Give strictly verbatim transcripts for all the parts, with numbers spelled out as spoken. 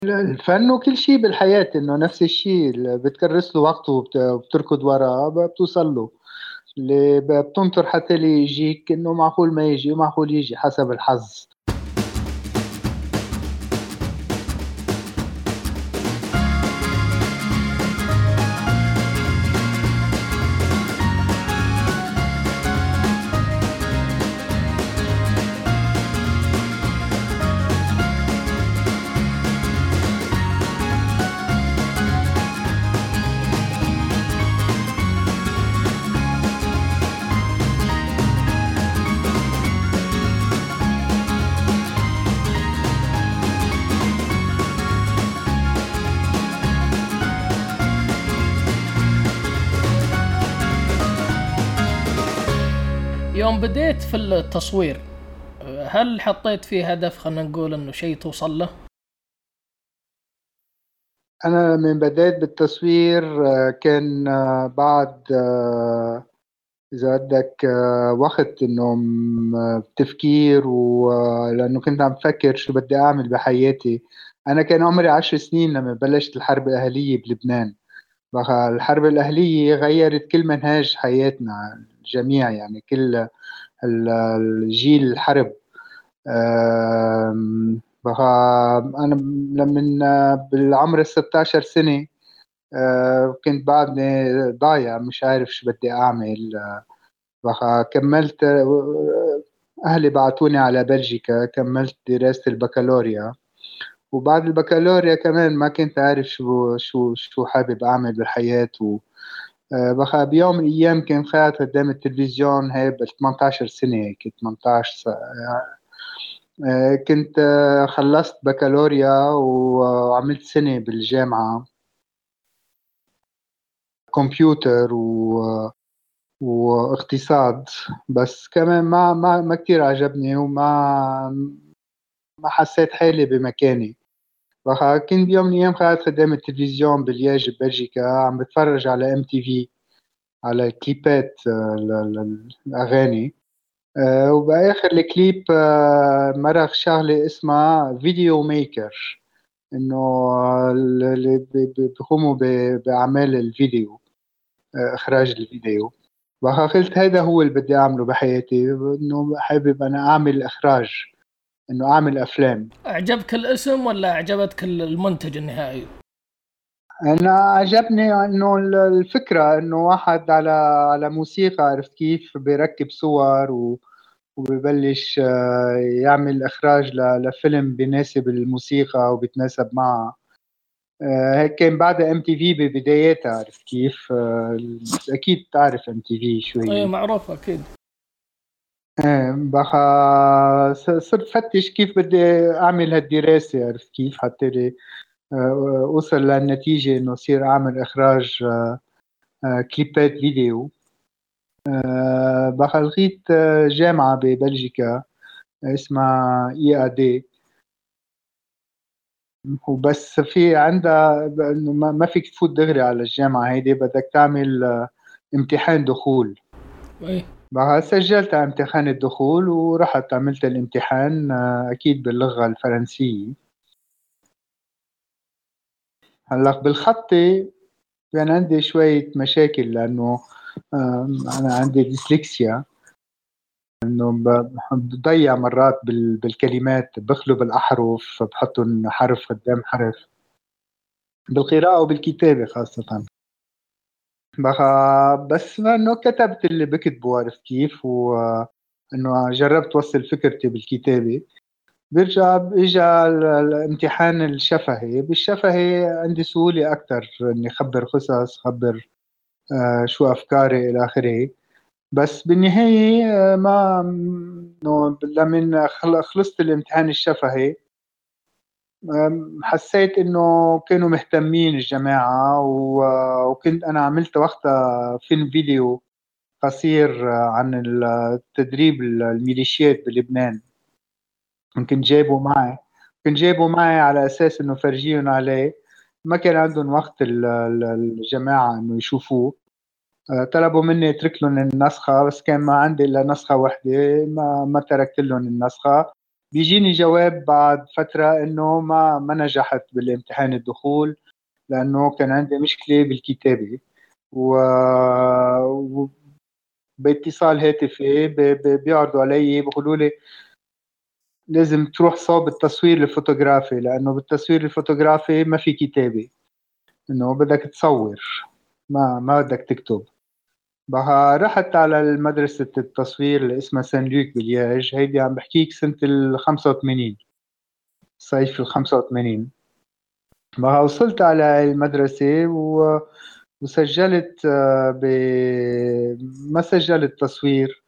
الفن وكل شيء بالحياة إنه نفس الشيء، اللي بتكرس له وقته وبت- وبتركض وراه ب- بتوصل له. اللي ب- بتنطر حتى اللي يجيك إنه معقول ما يجي ومعقول يجي حسب الحظ. يوم بديت في التصوير، هل حطيت فيه هدف، خلنا نقول انه شيء توصل له؟ أنا من بدأت بالتصوير آه، كان آه، بعد آه، إذا بدك آه، وقت إنه م- تفكير، ولأنه كنت عم بفكر شو بدي أعمل بحياتي. أنا كان عمري عشر سنين لما بلشت الحرب الأهلية بلبنان. بقى الحرب الأهلية غيرت كل منهاج حياتنا الجميع، يعني كل ال- الجيل الحرب. آم، بقى أنا لما بالعمر الستاشر سنة آه، كنت بعدني ضايع مش عارف شو بدي أعمل. بقى كملت آه، أهلي بعتوني على بلجيكا، كملت دراسة البكالوريا. وبعد البكالوريا كمان ما كنت عارف شو شو شو حابب أعمل بالحياة. آه، بخ بيوم من الأيام كان قاعد قدام التلفزيون، هي بال ثمانية عشر سنة، هيك ثمانية عشر س- آه، كنت آه، خلصت بكالوريا وعملت سنة بالجامعة كمبيوتر و... واقتصاد. بس كمان ما ما ما كتير عجبني، وما ما حسيت حالي بمكاني. بخ كنت بيوم من الأيام قاعد قدام التلفزيون باللياج ببلجيكا عم بتفرج على ام تي في، على كليبات آه، ال- ال- الأغاني. آه، وبآخر الكليب آه، مرق شغلة اسمها فيديو ميكر، إنه آه، اللي بي- بي- بيقوموا ب- بأعمال الفيديو، آه، إخراج الفيديو. بقى قلت هذا هو اللي بدي أعمله بحياتي، إنه حابب أنا أعمل إخراج، إنه أعمل أفلام. اعجبك الاسم ولا اعجبتك المنتج النهائي؟ أنا عجبني إنه ال- الفكرة إنه واحد على على موسيقى، عرفت كيف بيركب صور و وببلش آه، يعمل إخراج ل- لفيلم بيناسب الموسيقى وبيتناسب معها. آه، هيك كان بعدها ام تي في ببداياتها، عرفت كيف. آه، أكيد تعرف ام تي في شو اي هي. معروف اكيد. آه، بقى س- صرت فتش كيف بدي أعمل هالدراسة، عرفت كيف، حتى لي آه، أوصل للنتيجة إنه صير أعمل إخراج آه، آه، كليبات فيديو. آه، بقى لقيت آه، جامعة ببلجيكا اسمها اي ادي. وبس في عندها انه ما ما فيك تفوت دغري على الجامعة هيدي، بدك تعمل آه، امتحان دخول. اي. بقى سجلت على امتحان الدخول ورحت عملت الامتحان آه، اكيد باللغة الفرنسية. هلا بالخطي كان عندي شوية مشاكل، لأنه آم، أنا عندي ديسلكسيا، إنه ب- بضيع مرات بال- بالكلمات، بخلب الأحرف، بحطهم حرف قدام حرف بالقراءة وبالكتابة خاصة. بقى بس ما انه كتبت اللي بكتبه، عرفت كيف، وانه جربت اوصل فكرتي بالكتابة. بيرجع اجى ال- الامتحان الشفهي. بالشفهي عندي سهولة اكثر اني اخبر قصص، اخبر آه شو افكاري الى اخره. بس بالنهاية آه، ما انه لما خل- خلصت الامتحان الشفهي آم، حسيت انه كانوا مهتمين الجماعة، و- وكنت انا عملت وقتها فيلم فيديو قصير عن التدريب الميليشيات بلبنان. كنت جايبه معي كنت جايبه معي على أساس إنه فرجيهم عليه. ما كان عندهم وقت ال- ال- الجماعة إنه يشوفوه. آه، طلبوا مني اترك لهم النسخة، بس كان ما عندي إلا نسخة واحدة، ما ما تركت لهم النسخة. بيجيني جواب بعد فترة إنه ما ما نجحت بالامتحان الدخول لأنه كان عندي مشكلة بالكتابة، و... و... باتصال هاتفي ب... ب... بيعرضوا علي بيقولوا لي لازم تروح صوب التصوير الفوتوغرافي، لأنه بالتصوير الفوتوغرافي ما في كتابة، إنه بدك تصور ما ما بدك تكتب. بها رحت على المدرسة التصوير اللي اسمها سان لوك بالياج، هيدي عم بحكيك سنة ال خمسة وثمانين، صيف ال خمسة وثمانين. بها وصلت على المدرسة و... وسجلت آه، ب... ما سجلت تصوير،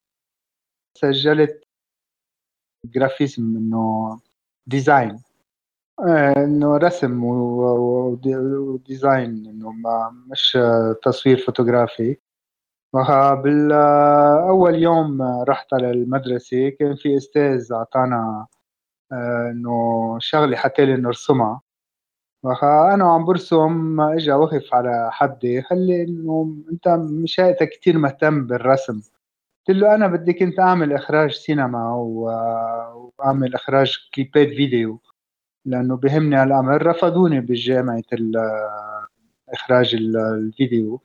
سجلت جرافيزم، إنه ديزاين، آه، إنه رسم و... و... وديزاين، إنه ما مش آه، تصوير فوتوغرافي. وها بالأول يوم رحت على المدرسة كان في أستاذ أعطانا آه، إنه شغلة حتى لي نرسمها. وها أنا عم برسم إجا وقف على حدي قال لي إنه أنت مش هيئتك كتير مهتم بالرسم. قلت له أنا بدي كنت أعمل إخراج سينما و- وأعمل إخراج كليبات فيديو لأنه بهمني هالأمر. رفضوني بالجامعة ال- إخراج ال- الفيديو.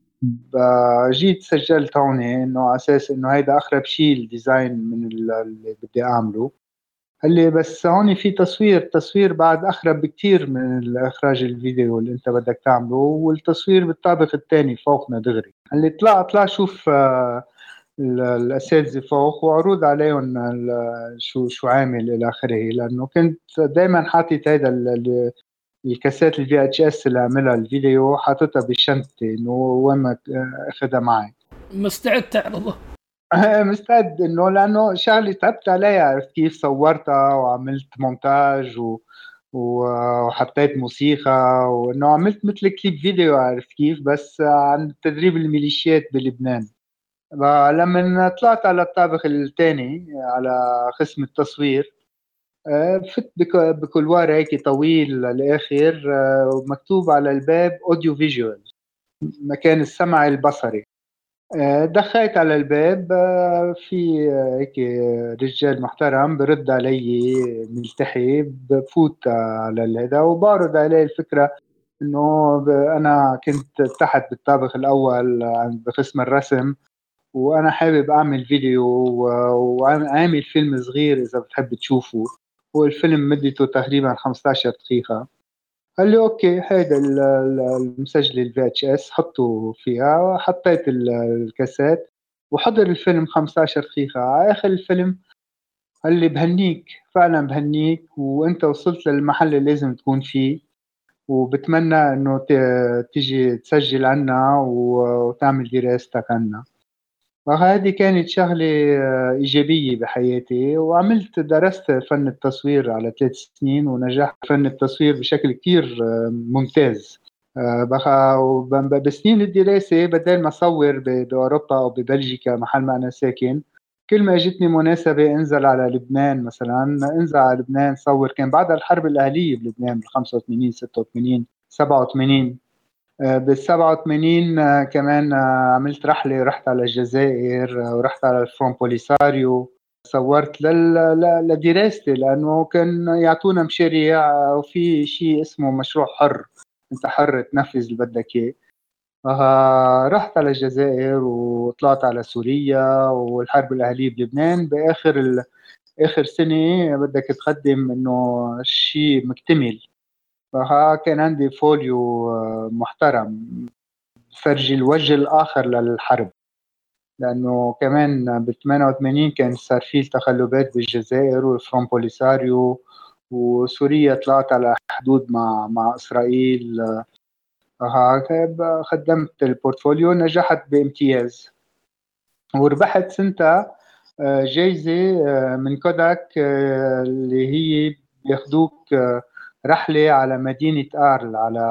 جيت سجلت هون انه على اساس انه هيدا اقرب شيء الديزاين من ال- اللي بدي اعمله. قال لي بس هون في تصوير، تصوير بعد اقرب بكتير من الاخراج الفيديو اللي انت بدك تعمله، والتصوير بالطابق الثاني فوقنا دغري. قال لي اطلع اطلع شوف آه، ال- الاساتذه فوق وعروض عليهم ال- شو شو عامل الى اخره، لانه كنت دائما حاطط هيدا ال- الكاسات الفي اتش اس اللي عملها الفيديو حاططها بشنطتي انه وين ما اخذها معي. مستعد تعرضه؟ مستعد، انه لانه شغلي تعبت عليها، عرفت كيف صورتها وعملت مونتاج و... و- وحطيت موسيقى، وانه عملت مثل كليب فيديو، عرفت كيف، بس عن تدريب الميليشيات بلبنان. لما طلعت على الطابق الثاني على قسم التصوير آه، فت بك- بكلوار هيك طويل للآخر، آه، ومكتوب على الباب أوديو فيجوال، مكان السمع البصري. آه، دخلت على الباب، آه، في آه، هيك رجال محترم برد علي ملتحي، بفوت على الهدا وبعرض عليه الفكرة إنه ب- أنا كنت تحت بالطابق الأول عند- بقسم الرسم، وأنا حابب أعمل فيديو و- وعامل فيلم صغير إذا بتحب تشوفه. هو الفيلم مدته تقريبا خمسة عشر دقيقة. قال لي اوكي، هيدا ال- ال- المسجله الفي اتش اس حطه فيها. حطيت ال- الكاسات وحضر الفيلم خمسة عشر دقيقة. على اخر الفيلم قال لي بهنيك، فعلا بهنيك، وانت وصلت للمحل اللي لازم تكون فيه، وبتمنى انه ت- تيجي تسجل عنا و- وتعمل دراستك عنا. فهذه كانت شغلة آه، إيجابية بحياتي، وعملت درست فن التصوير على ثلاث سنين ونجحت فن التصوير بشكل كتير آه، ممتاز. آه، بقى وب- بسنين الدراسة بدل ما أصور ب- بأوروبا أو ببلجيكا محل ما أنا ساكن، كل ما اجتني مناسبة انزل على لبنان، مثلا انزل على لبنان صور. كان بعد الحرب الأهلية بلبنان بال خمسة وثمانين ستة وثمانين سبعة وثمانين. بال سبعة وثمانين آه، كمان آه، عملت رحلة، رحت على الجزائر آه، ورحت على الفرون بوليساريو. صورت لل... ل- لدراستي، لأنه كان يعطونا مشاريع آه، وفي شيء اسمه مشروع حر، أنت حر تنفذ اللي بدك إياه. آه، رحت على الجزائر وطلعت على سوريا والحرب الأهلية بلبنان. بآخر ال... آخر سنة بدك تقدم إنه شيء مكتمل، فها كان عندي فوليو آه، محترم فرجي الوجه الآخر للحرب. لأنه كمان بال ثمانية وثمانين كان صار في تقلبات بالجزائر والفرون بوليساريو وسوريا، طلعت على حدود مع مع إسرائيل. آه، خدمت البورتفوليو، نجحت بامتياز وربحت سنتها آه، جايزة آه، من كوداك، آه، اللي هي بياخدوك آه، رحلة على مدينة آرل، على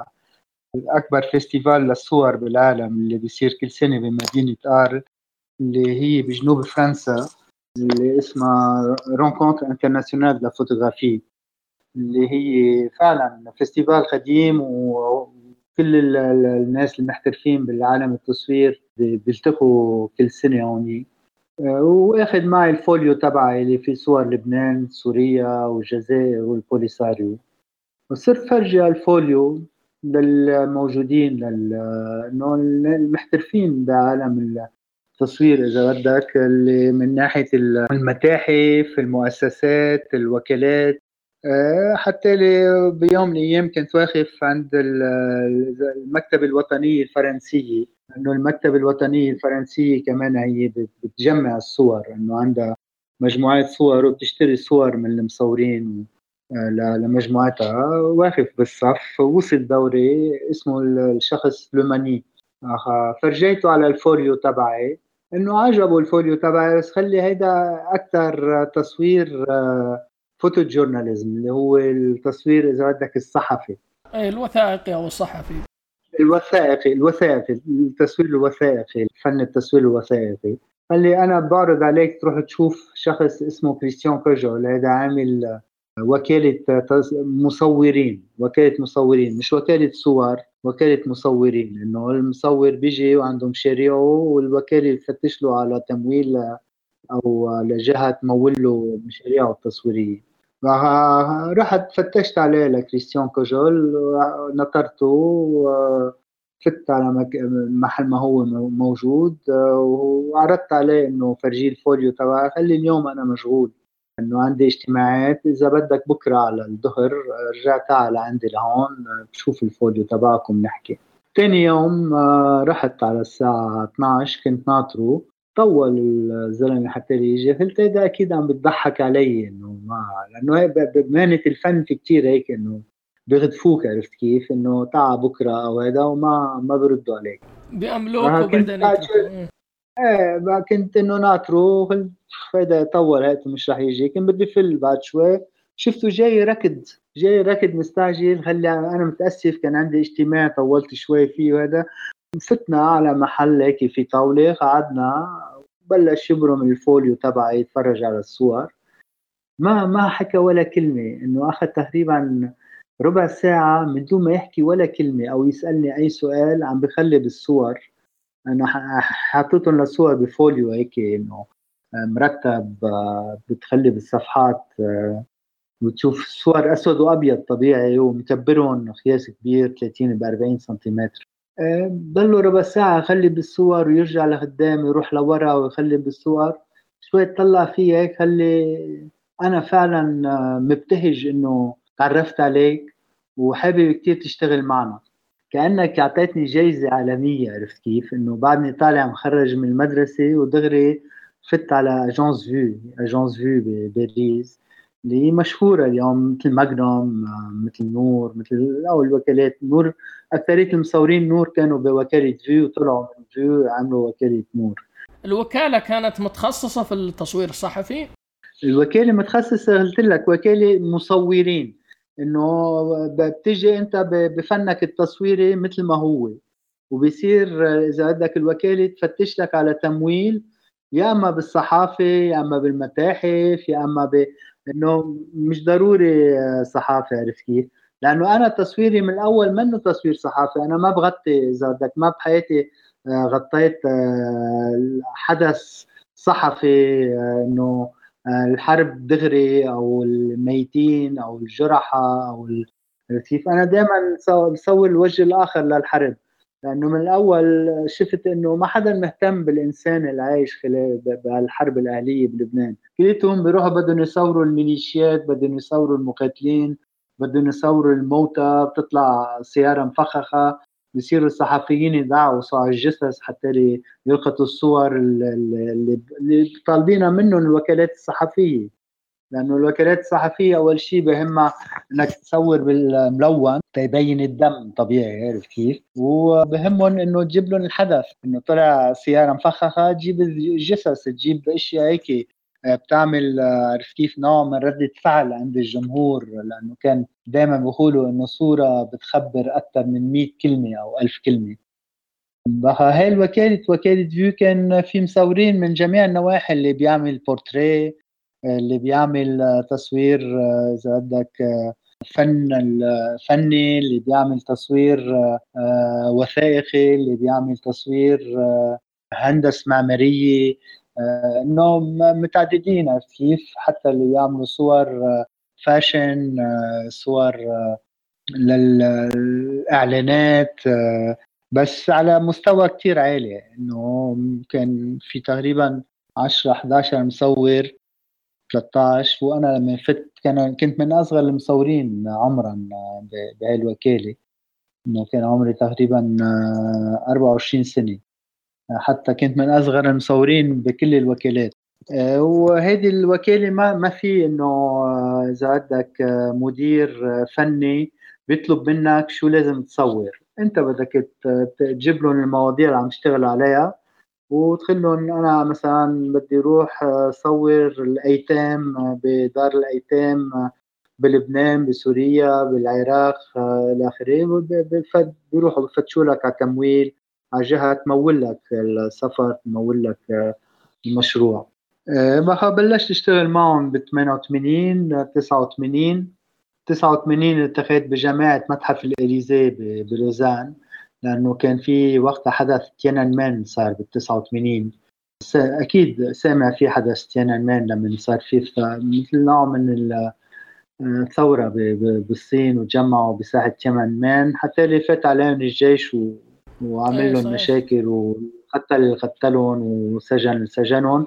أكبر فيستيفال للصور بالعالم اللي بيصير كل سنة بمدينة آرل اللي هي بجنوب فرنسا، اللي اسمها رونكونتر انترناسيونال دو فوتوغرافي، اللي هي فعلا فيستيفال قديم وكل ال- ال- الناس المحترفين بالعالم التصوير بي- بيلتقوا كل سنة هون. واخذ معي الفوليو تبعي اللي فيه صور لبنان سوريا والجزائر والبوليساريو، وصرت فرجي الفوليو للموجودين لل انه المحترفين بعالم التصوير اذا بدك، اللي من ناحيه المتاحف المؤسسات الوكالات. حتى لي بيوم من الايام كنت واقف عند المكتبه الوطنيه الفرنسيه، انه المكتبه الوطنيه الفرنسيه كمان هي بتجمع الصور، انه عندها مجموعات صور وبتشتري صور من المصورين لمجموعتها. واقف بالصف، وصل دوري اسمه الشخص لوماني، فرجيته على الفوليو تبعي انه عجبه الفوليو تبعي، بس خلي هيدا اكثر تصوير فوتو جورناليزم اللي هو التصوير اذا بدك الصحفي، اي الوثائقي او الصحفي، الوثائقي الوثائقي التصوير الوثائقي، فن التصوير الوثائقي. قال لي انا بعرض عليك تروح تشوف شخص اسمه كريستيان كوجول، هذا عامل وكالة مصورين، وكالة مصورين مش وكالة صور، وكالة مصورين، انه المصور بيجي وعنده مشاريعه والوكالة بتفتش له على تمويل او لجهة تمول له مشاريعه التصويرية. رحت فتشت عليه لكريستيان كوجول، نطرته وفت على محل ما هو موجود، وعرضت عليه انه فرجي الفوليو تبعي. قال لي اليوم انا مشغول، انه عندي اجتماعات، اذا بدك بكره على الظهر رجع تعال عندي لهون بشوف الفوليو تبعكم نحكي. ثاني يوم رحت على الساعة اثنعش، كنت ناطره، طول الزلمه حتى يجي. قلت هذا اكيد عم بتضحك علي، انه ما لانه بمهنه الفن في كتير هيك انه بيغدفوك، عرفت كيف؟ انه تعا بكره او هذا، وما ما بردوا عليك، بيأملوك وبعدين يتركوا. ايه كنت انه ناطره، قلت هذا طول هيك مش رح يجي، كنت بدي فل بعد شوي، شفته جاي ركض جاي ركض مستعجل. خلي انا متاسف كان عندي اجتماع طولت شوي فيه، وهذا فتنا على محل هيك في طاوله، قعدنا بلش يبرم الفوليو تبعي يتفرج على الصور، ما ما حكى ولا كلمه، انه اخذ تقريبا ربع ساعه من دون ما يحكي ولا كلمه او يسالني اي سؤال. عم بخلي بالصور، انا حاططهم للصور بفوليو هيك انه مرتب، بتخلي بالصفحات وتشوف صور اسود وابيض طبيعي، ومكبرهم قياس كبير ثلاثين ب أربعين سنتيمتر. ضلوا ربع ساعه خلي بالصور ويرجع لقدام يروح لورا ويخلي بالصور، شوي تطلع فيه هيك. خلي انا فعلا مبتهج انه تعرفت عليك وحابب كتير تشتغل معنا، كأنك اعطيتني جايزة عالمية، عرفت كيف؟ انه بعدني طالع مخرج من المدرسة ودغري فت على اجونس فيو، اجونس فيو بباريس اللي هي مشهورة اليوم، مثل ماجنوم، مثل نور، مثل او الوكالات نور. اكثرية المصورين نور كانوا بوكالة فيو، طلعوا من فيو عملوا وكالة نور. الوكالة كانت متخصصة في التصوير الصحفي؟ الوكالة متخصصة، قلت لك وكالة مصورين، انه بتجي انت بفنك التصويري مثل ما هو، وبيصير اذا بدك الوكاله تفتش لك على تمويل، يا اما بالصحافه يا اما بالمتاحف يا اما ب... انه مش ضروري صحافه، عرفت كيف؟ لانه انا تصويري من الاول منه تصوير صحافي، انا ما بغطي اذا بدك، ما بحياتي غطيت حدث صحفي، انه الحرب دغري او الميتين او الجرحى او كيف. انا دائما بصور الوجه الاخر للحرب، لانه من الاول شفت انه ما حدا مهتم بالانسان اللي عايش خلال بهالحرب الاهليه بلبنان، كليتهم بيروحوا بدهم يصوروا الميليشيات، بدهم يصوروا المقاتلين، بدهم يصوروا الموتى، بتطلع سياره مفخخه، بصيروا الصحفيين يدعوا على الجثث حتى يلقطوا الصور اللي, اللي طالبينها منهم الوكالات الصحفيه، لانه الوكالات الصحفيه اول شيء بهمها انك تصور بالملون تبين الدم طبيعي، عارف كيف؟ وبهمهم انه تجيب لهم الحدث، انه طلع سياره مفخخه تجيب الجثث، تجيب اشياء هيك بتعمل، عارف كيف، نوع من ردة فعل عند الجمهور، لانه كان دائما بيقولوا انه صوره بتخبر اكثر من مئة كلمه او ألف كلمه. هاي الوكاله وكاله فيو كان في مصورين من جميع النواحي، اللي بيعمل بورتريه، اللي بيعمل تصوير إذا بدك فن الفني، اللي بيعمل تصوير وثائقي، اللي بيعمل تصوير هندسة معمارية، انه متعددين، عرفت كيف؟ حتى اللي يعملوا صور فاشن، صور للاعلانات، بس على مستوى كتير عالي. انه كان في تقريبا عشرة إحدى عشر مصور، ثلاثة عشر، وانا لما فت كان كنت من اصغر المصورين عمرا بهاي الوكاله. انه كان عمري تقريبا أربعة وعشرين سنه، حتى كنت من اصغر المصورين بكل الوكالات. وهذه الوكاله ما ما في انه اذا عندك مدير فني بيطلب منك شو لازم تصور، انت بدك تجيب لهم المواضيع اللي عم تشتغل عليها وتقول لهم انا مثلا بدي اروح صور الايتام بدار الايتام بلبنان، بسوريا، بالعراق، الى اخره. بيروحوا بفتشوا لك على تمويل، على جهه تمول لك السفر، تمول لك المشروع. بقى بلشت اشتغل معهم ب ثمانية وثمانين تسعة وثمانين تسعة وثمانين التقيت بجماعة متحف الإليزيه بلوزان، لأنه كان في وقتها حدث تيانان مان صار بال تسعة وثمانين. أكيد سامع في حدث تيانان مان لما صار فيه مثل نوع من الثورة بالصين، وتجمعوا بساحة تيانان مان حتى اللي فات عليهم الجيش و... وعمل لهم مشاكل، وحتى اللي قتلهم وسجن سجنهم.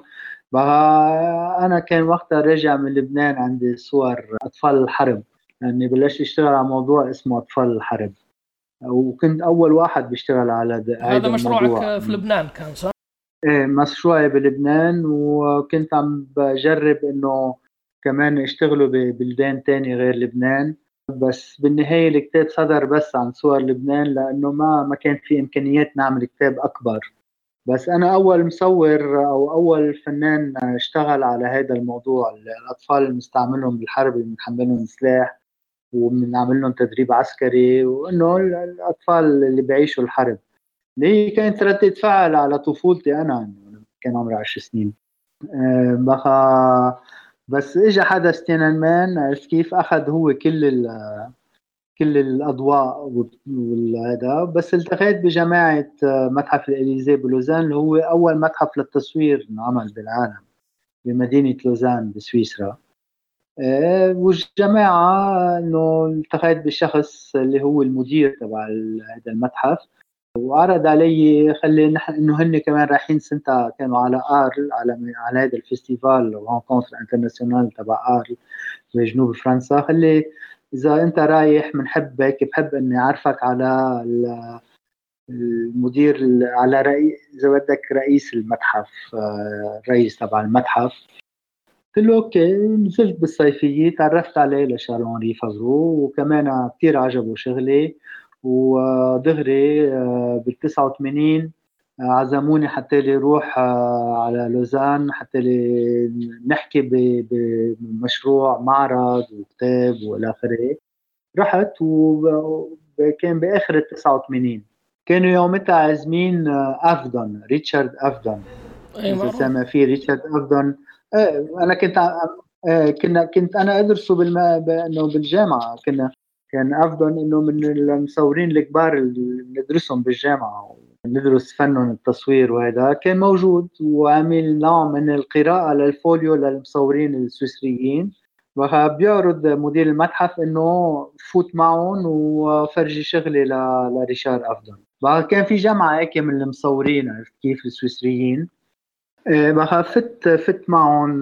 بقى أنا كان وقتها راجع من لبنان عندي صور أطفال الحرب، لأني يعني بلشت أشتغل على موضوع اسمه أطفال الحرب، وكنت أول واحد بيشتغل على هذا مشروعك في لبنان كان صح؟ إيه، مشروعي بلبنان، وكنت عم بجرب إنه كمان اشتغلوا ببلدان تاني غير لبنان. بس بالنهاية الكتاب صدر بس عن صور لبنان، لأنه ما ما كان في إمكانيات نعمل كتاب أكبر. بس أنا أول مصور أو أول فنان اشتغل على هذا الموضوع، الأطفال المستعملهم بالحرب اللي بنحملهم سلاح وبنعمل لهم تدريب عسكري، وإنه الأطفال اللي بيعيشوا الحرب، اللي هي كانت ردة فعل على طفولتي أنا، كان عمري عشر سنين. أه بقى بس إجا حدث تيانان مان، عرفت كيف؟ أخذ هو كل كل الأضواء والهذا. بس التقيت بجماعة متحف الإليزيه بلوزان، اللي هو أول متحف للتصوير انعمل بالعالم بمدينة لوزان بسويسرا. أه والجماعة إنه التقيت بشخص اللي هو المدير تبع هذا المتحف، وعرض علي خلي نحن انه هن كمان رايحين سنتا، كانوا على ارل، على على هذا الفستيفال رونكونتر انترناسيونال تبع ارل بجنوب فرنسا. خلي اذا انت رايح بنحبك، بحب اني اعرفك على المدير، على رئيس، اذا بدك رئيس المتحف، الرئيس تبع المتحف. قلت له اوكي. نزلت بالصيفيه، تعرفت عليه لشارل هنري فابرو، وكمان كثير عجبه شغلي. ودغري بال تسعة وثمانين عزموني حتى لي روح على لوزان حتى لي نحكي بمشروع معرض وكتاب والى اخره. رحت، وكان باخر ال تسعة وثمانين كانوا يومتها عازمين افدون، ريتشارد افدون. اذا سامع فيه ريتشارد افدون. انا كنت كنا كنت انا ادرسه بالما انه بالجامعه. كنا كان افضل انه من المصورين الكبار اللي ندرسهم بالجامعه وندرس فنهم التصوير، وهذا كان موجود وعامل نوع من القراءه للفوليو للمصورين السويسريين. وبيعرض مدير المتحف انه فوت معهم وفرجي شغلي لريشار افضل. كان في جامعه هيك من المصورين، عرفت كيف، السويسريين. بقى فت فت معهم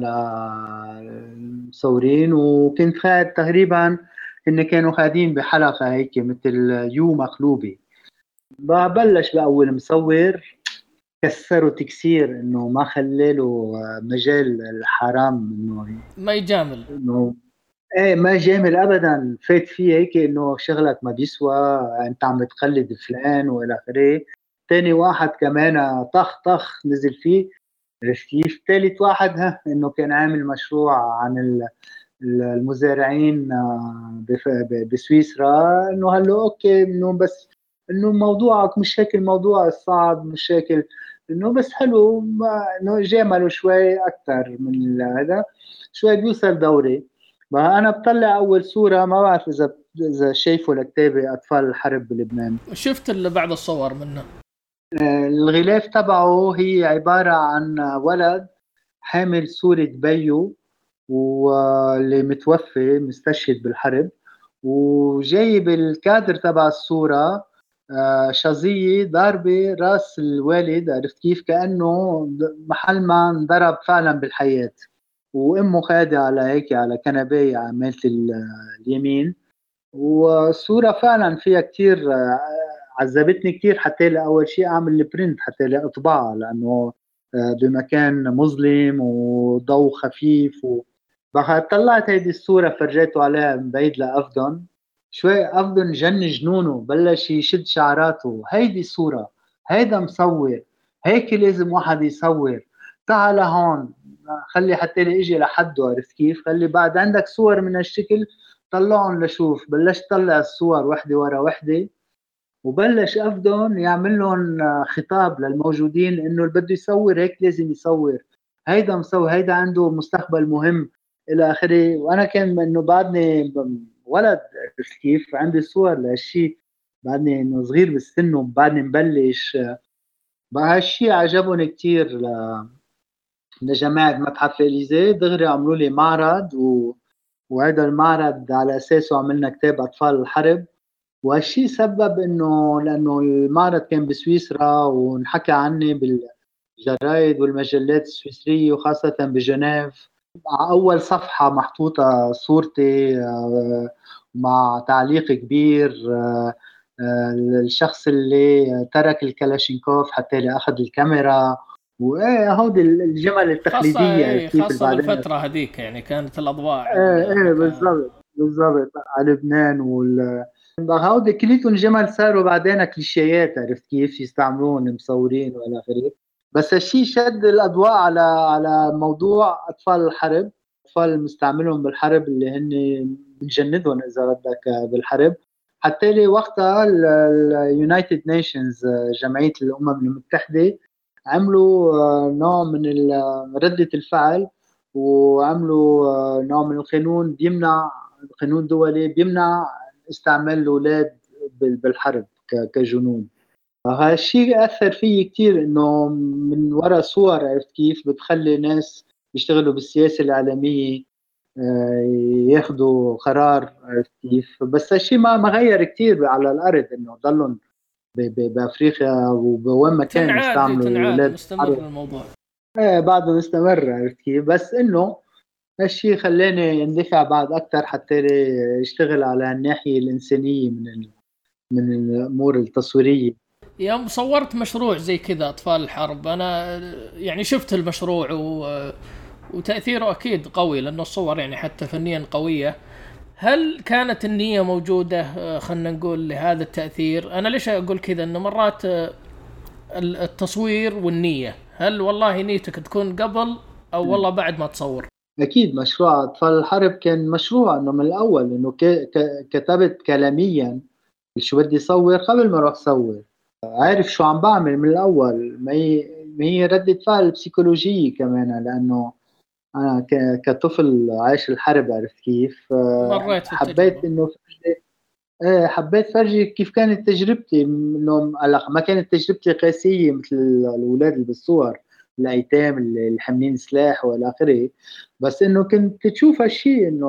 المصورين، وكنت خاد تقريبا إن كانوا خادين بحلقة هيك مثل يو مقلوبة. بقى بلش بأول مصور كسروا تكسير، إنه ما خلاله مجال الحرام إنه ما يجامل، إنه ايه ما يجامل ابدا. فات فيه هيك انه شغلك ما بيسوى، انت عم بتقلد فلان والى اخره. ثاني واحد كمان طخ طخ نزل فيه، عرفت كيف. ثالث واحد ها انه كان عامل مشروع عن المزارعين بسويسرا، انه هلو اوكي، انه بس انه موضوعك مش هيك، الموضوع الصعب مش هيك، انه بس حلو، انه جاملوا شوي اكثر من هذا، شوي بيوصل دوري. ما انا بطلع اول صوره، ما بعرف اذا اذا شايفوا لكتابه اطفال الحرب بلبنان. شفت اللي بعد الصور منه. الغلاف تبعه هي عبارة عن ولد حامل صورة بيو واللي متوفي مستشهد بالحرب، وجاي بالكادر تبع الصورة شظية ضاربة راس الوالد، عرفت كيف؟ كأنه محل ما انضرب فعلا بالحياة، وامه قاعدة على هيك على كنباية عمالة اليمين. والصورة فعلا فيها كتير عذبتني كتير، حتى لأول شيء أعمل البرنت حتى لأطبعها، لأنه بمكان مظلم وضوء خفيف و... طلعت هيدي الصورة فرجيته عليها من بعيد لأفضل شوي. أفضل جن جنونه، بلش يشد شعراته، هيدي صورة، هيدا مصور، هيك لازم واحد يصور، تعال هون خلي حتى لي اجي لحده، عرفت كيف؟ خلي بعد عندك صور من هالشكل طلعهم لشوف. بلش طلع الصور وحدة ورا وحدة، وبلش أفضل يعمل لهم خطاب للموجودين إنه اللي بده يصور هيك لازم يصور، هيدا مصور، هيدا عنده مستقبل مهم إلى آخره. وأنا كان إنه بعدني ولد، عرفت كيف؟ عندي صور لهالشي، بعدني إنه صغير بالسن وبعدني مبلش. بقى هالشي عجبهم كتير ل... لجماعة متحف الإليزي، دغري عملوا لي معرض و... وهذا المعرض على أساسه عملنا كتاب أطفال الحرب. وهالشي سبب انه لانه المعرض كان بسويسرا ونحكى عني بالجرايد والمجلات السويسريه وخاصه بجنيف، مع اول صفحه محطوطه صورتي مع تعليق كبير، الشخص اللي ترك الكلاشينكوف حتى اللي اخذ الكاميرا، وايه هودي الجمل التقليديه. خاصة ايه خاصة بالفترة هذيك يعني كانت الاضواء ايه ايه بالضبط بالضبط على لبنان وال هودي كليتهم جمل صاروا بعدين كليشيات، عرفت كيف؟ يستعملون مصورين والى اخره. بس الشيء شد الاضواء على على موضوع اطفال الحرب، اطفال المستعملهم بالحرب اللي هن بنجندهم اذا بدك بالحرب. حتى لي وقتها اليونايتد نيشنز، جمعيه الامم المتحده، عملوا نوع من رده الفعل، وعملوا نوع من القانون بيمنع، قانون دولي بيمنع استعمال الأولاد بالحرب كجنون. هالشيء أثر فيي كتير، إنه من وراء صور، عرفت كيف؟ بتخلي ناس يشتغلوا بالسياسة العالمية ياخدوا قرار، عرفت كيف؟ بس هالشيء ما ما غير كتير على الأرض، إنه ضلهم بأفريقيا وبوين ما كان يستعملوا الأولاد. مستمر الموضوع. ايه بعده مستمر، عرفت كيف؟ بس إنه هالشيء خلاني اندفع بعد أكتر حتى يشتغل على الناحية الإنسانية من من الأمور التصويرية. يوم صورت مشروع زي كذا أطفال الحرب، أنا يعني شفت المشروع و... وتأثيره أكيد قوي، لأنه الصور يعني حتى فنيا قوية. هل كانت النية موجودة خلنا نقول لهذا التأثير؟ أنا ليش أقول كذا؟ أنه مرات التصوير والنية، هل والله نيتك تكون قبل أو والله بعد ما تصور؟ أكيد مشروع أطفال الحرب كان مشروع إنه من الأول، إنه ك... كتبت كلاميا شو بدي صور قبل ما أروح صور، عارف شو عم بعمل من الأول. ما هي ما هي ردة فعل بسيكولوجية كمان، لأنه أنا ك... كطفل عايش الحرب، عرفت كيف؟ مريت حبيت إنه ايه حبيت فرجي كيف كانت تجربتي، انه ما كانت تجربتي قاسيه مثل الاولاد اللي بالصور، الايتام اللي حاملين سلاح والى اخره. بس انه كنت تشوف هالشيء، انه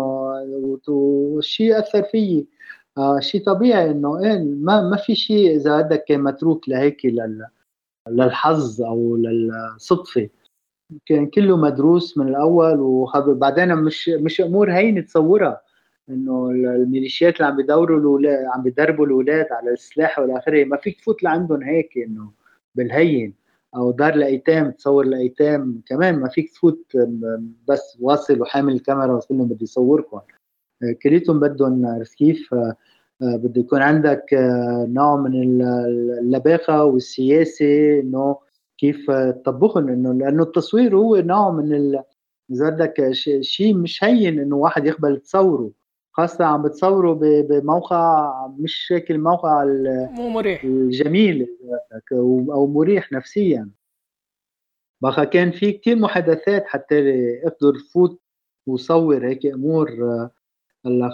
والشيء اثر فيي. آه شيء طبيعي انه ايه ما ما في شيء اذا بدك كان متروك لهيك لل للحظ او للصدفه، كان كله مدروس من الاول. وبعدين مش مش امور هينه تصورها، انه الميليشيات اللي عم بيدوروا الاولاد، عم بيدربوا الاولاد على السلاح والى اخره، ما فيك تفوت لعندهم هيك انه بالهين. او دار الايتام تصور الايتام كمان ما فيك تفوت بس واصل وحامل الكاميرا وصل لهم بدي يصوركم، كليتهم بدهم، عرفت كيف؟ بده يكون عندك نوع من اللباقه والسياسه، انه كيف تطبخهم، انه لانه التصوير هو نوع من ال... اذا بدك شيء مش هين انه واحد يقبل تصوره، خاصة عم بتصوره بموقع مش شكل الموقع مو مريح الجميل او مريح نفسيا. بقى كان في كتير محادثات حتى اقدر فوت وصور هيك امور. هلا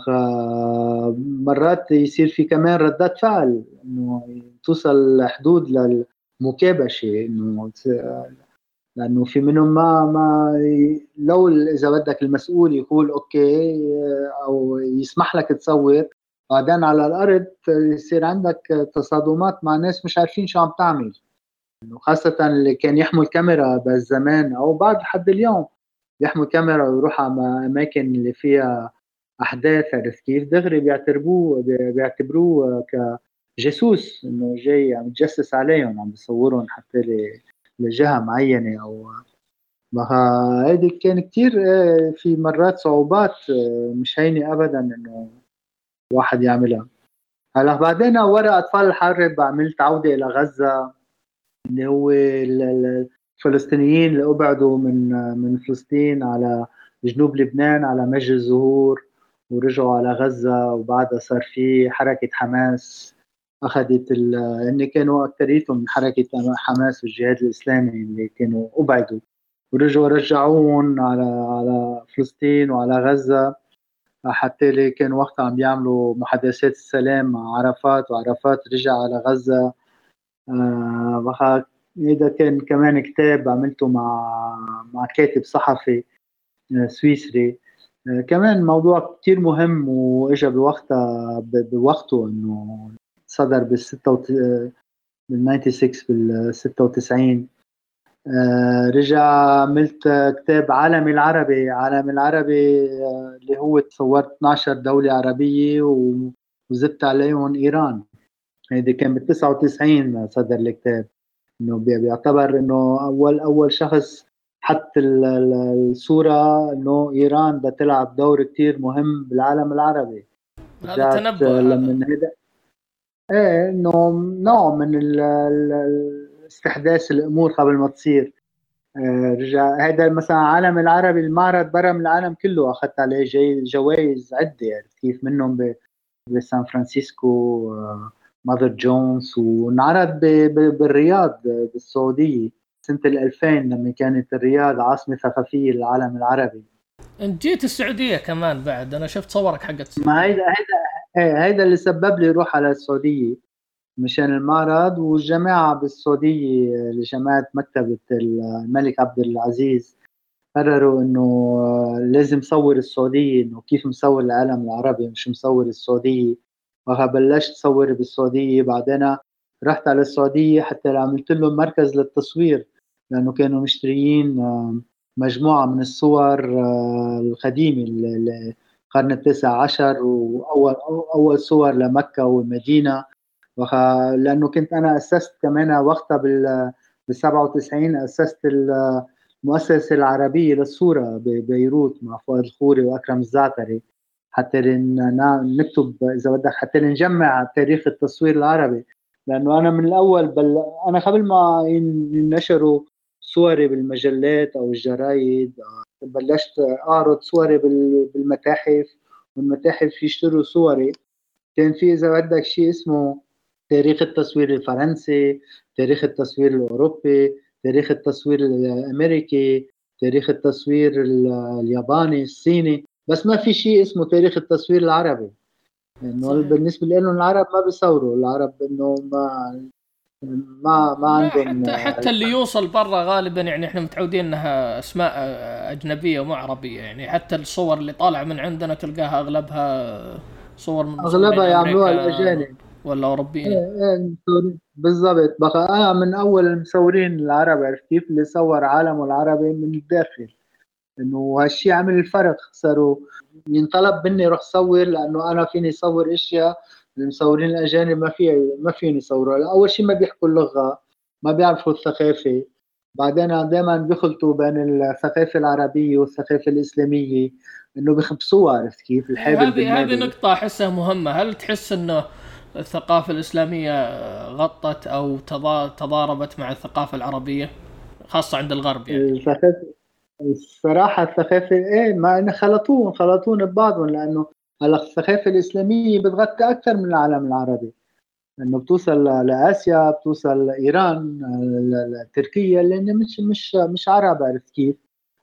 مرات يصير في كمان ردات فعل، انه توصل حدود مكابشة، إنه لأنه في منهم ما ما لو إذا بدك المسؤول يقول أوكي أو يسمح لك تصور، بعدين على الأرض يصير عندك تصادمات مع ناس مش عارفين شو عم تعمل، خاصة اللي كان يحمل كاميرا بالزمان أو بعد حد اليوم يحمل كاميرا ويروح على أماكن اللي فيها أحداث، عرفت كيف؟ دغري بيعتبروه بيعتبروه كجاسوس، إنه جاي عم يتجسس عليهم، عم بيصورهم حتى لجهة معينة أو ما. هيدي كان كتير في مرات صعوبات مش هينة أبدا إنه الواحد يعملها. هلا بعدين ورا أطفال الحرب عملت عودة إلى غزة، اللي هو الفلسطينيين اللي أبعدوا من من فلسطين على جنوب لبنان على مجد الزهور ورجعوا على غزة، وبعدها صار في حركة حماس أخذت هن كانوا أكتريتهم من حركة حماس والجهاد الإسلامي اللي كانوا أبعدوا ورجعوا رجعوهم على على فلسطين وعلى غزة، حتى اللي كانوا وقتها عم بيعملوا محادثات السلام مع عرفات، وعرفات رجع على غزة. آه هذا كان كمان كتاب عملته مع مع كاتب صحفي سويسري. آه كمان موضوع كتير مهم واجا بوقتها بوقته، انه صدر بالستة بال ستة وتسعين بال ستة وتسعين. آه رجع عملت كتاب عالمي العربي عالمي العربي آه اللي هو تصورت اثناشر دولة عربية وزدت عليهم إيران. هيدا كان بال تسعة وتسعين صدر الكتاب، انه بيعتبر انه اول اول شخص حط الصورة انه ايران بدها تلعب دور كتير مهم بالعالم العربي. هذا تنبؤ هذا هذا ايه انه نوع من ال ال استحداث الامور قبل ما تصير. آه رجع هذا مثلا عالم العربي المعرض برا من العالم كله اخذت عليه جاي جوائز عده، يعني كيف منهم بسان فرانسيسكو آه ماذر جونز، وانعرض بالرياض بالسعوديه سنه الألفين لما كانت الرياض عاصمه ثقافيه للعالم العربي. انت جيت السعوديه كمان بعد، انا شفت صورك حقت السعوديه. ما هيدا هيدا هيدا اللي سبب لي روح على السعوديه مشان المعرض، والجماعة بالسعودية لجماعة مكتبة الملك عبد العزيز قرروا انه لازم صور السعودية، انه كيف مصور العالم العربي مش مصور السعودية. وبلشت صور بالسعودية، بعدين رحت على السعودية حتى عملت لهم مركز للتصوير، لانه كانوا مشتريين مجموعة من الصور القديمة القرن التاسع عشر، واول اول صور لمكة والمدينة. وخ... لأنه كنت أنا أسست كمان وقتها بال بالسبعة وتسعين أسست المؤسسة العربية للصورة ببيروت مع فؤاد الخوري وأكرم الزعتري، حتى نكتب إذا بدك حتى نجمع تاريخ التصوير العربي. لأنه أنا من الأول بل... أنا قبل ما ينشروا صوري بالمجلات أو الجرايد بلشت أعرض صوري بالمتاحف، والمتاحف يشتروا صوري. كان في إذا بدك شيء اسمه تاريخ التصوير الفرنسي، تاريخ التصوير الأوروبي، تاريخ التصوير الأمريكي، تاريخ التصوير الياباني الصيني، بس ما في شيء اسمه تاريخ التصوير العربي. إنه بالنسبة لهم العرب ما بيصوروا، العرب إنه ما ما ما عندهم. حتى حتى اللي يوصل برا غالبا يعني احنا متعودين انها اسماء اجنبيه ومو عربيه، يعني حتى الصور اللي طالعه من عندنا تلقاها اغلبها صور من اغلبها يعملوها الاجانب ولا اوروبيين. ايه بالضبط. بقى انا من اول المصورين العرب، عرفت كيف اللي صور عالمه العربي من الداخل، انه هالشيء عمل الفرق. صاروا ينطلب مني روح صور، لانه انا فيني صور اشياء المصورين الاجانب ما في ما فيني صورها. اول شيء ما بيحكوا اللغه، ما بيعرفوا الثقافه، بعدين دائما بيخلطوا بين الثقافه العربيه والثقافه الاسلاميه، انه بيخبصوها، عرفت كيف الحابل هذه هذه نقطه احسها مهمه. هل تحس انه الثقافه الاسلاميه غطت او تضاربت مع الثقافه العربيه خاصه عند الغرب؟ يعني الثقافه الصراحه الثقافه ايه ما ان خلطوهم خلطوهم ببعضهم، لانه هلا الثقافه الاسلاميه بتغطي اكثر من العالم العربي، انه بتوصل لاسيا، بتوصل لايران، لتركيا، لان مش مش مش عرب، عرفت كيف؟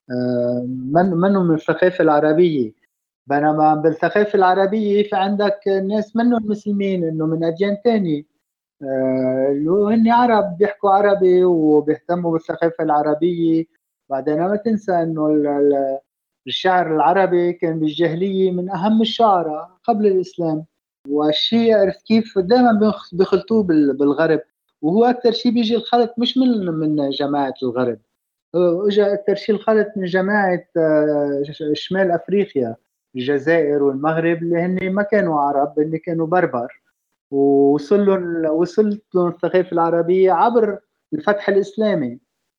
من منهم من الثقافه العربيه. بينما بالثقافه العربيه في عندك ناس منهم مسلمين انه من اديان ثانيه، اللي هو هن عرب بيحكوا عربي وبيهتموا بالثقافة العربية. بعدين ما تنسى إنه ال- ال- الشعر العربي كان بالجاهلية من أهم الشعراء قبل الإسلام. والشيء عرفت كيف دائما بيخ- بيخلطوه بال- بالغرب. وهو أكثر شيء بيجي الخلط مش من من جماعة الغرب، هو اجى أكثر شيء الخلط من جماعة آه، ش- شمال أفريقيا، الجزائر والمغرب، اللي هن ما كانوا عرب، اللي كانوا بربر. ووصل لهم وصلت لهم الثقافة العربية عبر الفتح الإسلامي.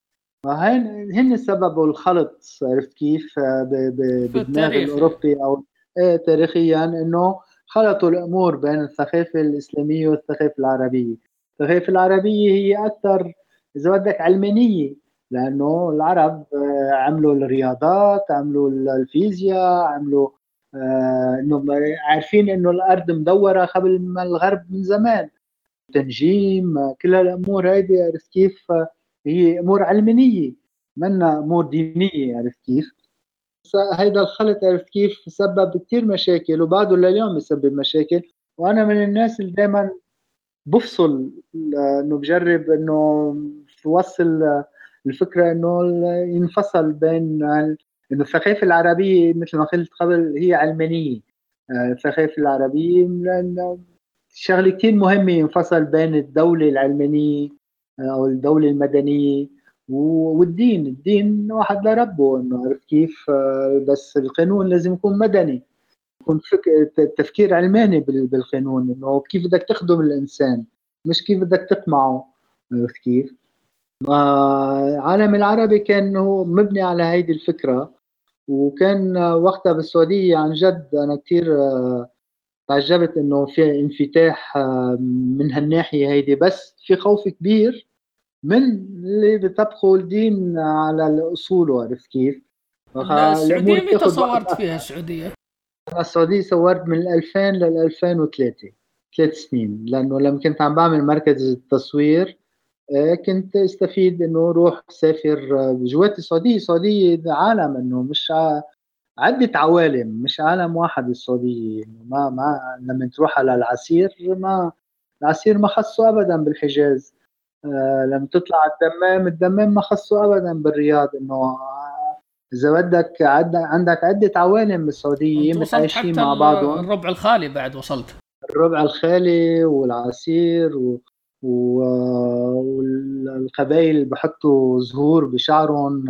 هن هن سببوا الخلط، عرفت كيف، آه، ب- ب- في بدماغ التاريخ يعني. الأوروبي أو إيه تاريخيا، إنه خلطوا الأمور بين الثقافة الإسلامية والثقافة العربية. الثقافة العربية هي أكثر إذا بدك علمانية، لأنه العرب آه، عملوا الرياضات، عملوا الفيزياء، عملوا آه، إنه عارفين إنه الأرض مدورة قبل ما الغرب من زمان. تنجيم، كل هالامور هيدي عرفت كيف، هي امور علمانيه منا امور دينيه، عرفت كيف. هيدا الخلط عرفت كيف سبب كثير مشاكل وبعده لليوم بسبب مشاكل. وانا من الناس اللي دائما بفصل، انه بجرب انه توصل الفكره انه ينفصل بين انه الثقافه العربيه مثل ما قلت قبل هي علمانيه. الثقافه العربيه لأن شغله كثير مهمه ينفصل بين الدوله العلمانيه او الدوله المدنيه والدين. الدين واحد لربه، انه عرفت كيف، بس القانون لازم يكون مدني، يكون فك... تفكير علماني بالقانون، انه كيف بدك تخدم الانسان مش كيف بدك تقمعه، عرفت كيف. العالم العربي كان هو مبني على هيدي الفكرة. وكان وقتها بالسعودية عن جد أنا كتير تعجبت إنه في انفتاح من هالناحية هيدي، بس في خوف كبير من اللي بيطبقوا الدين على الأصول، عرفت كيف. السعودية الأمور متى بتاخد وقت صورت فيها أكثر. السعودية؟ أنا السعودية صورت من ألفين لل ألفين وثلاثة، ثلاث سنين، لأنه لما كنت عم بعمل مركز التصوير آه، كنت استفيد انه روح سافر آه، جوات السعوديه. السعوديه عالم، انه مش ع- عده عوالم، مش عالم واحد. السعوديه إنه ما ما لما تروح على العسير، ما العسير ما خصه ابدا بالحجاز. آه، لما تطلع على الدمام، الدمام ما خصه ابدا بالرياض. انه آه، اذا بدك عد- عندك عده عوالم بالسعوديه انت وصلت متعايشين حتى مع ال- بعضهم. الربع الخالي بعد وصلت. الربع الخالي والعسير و... و... والقبائل اللي بحطوا زهور بشعرهم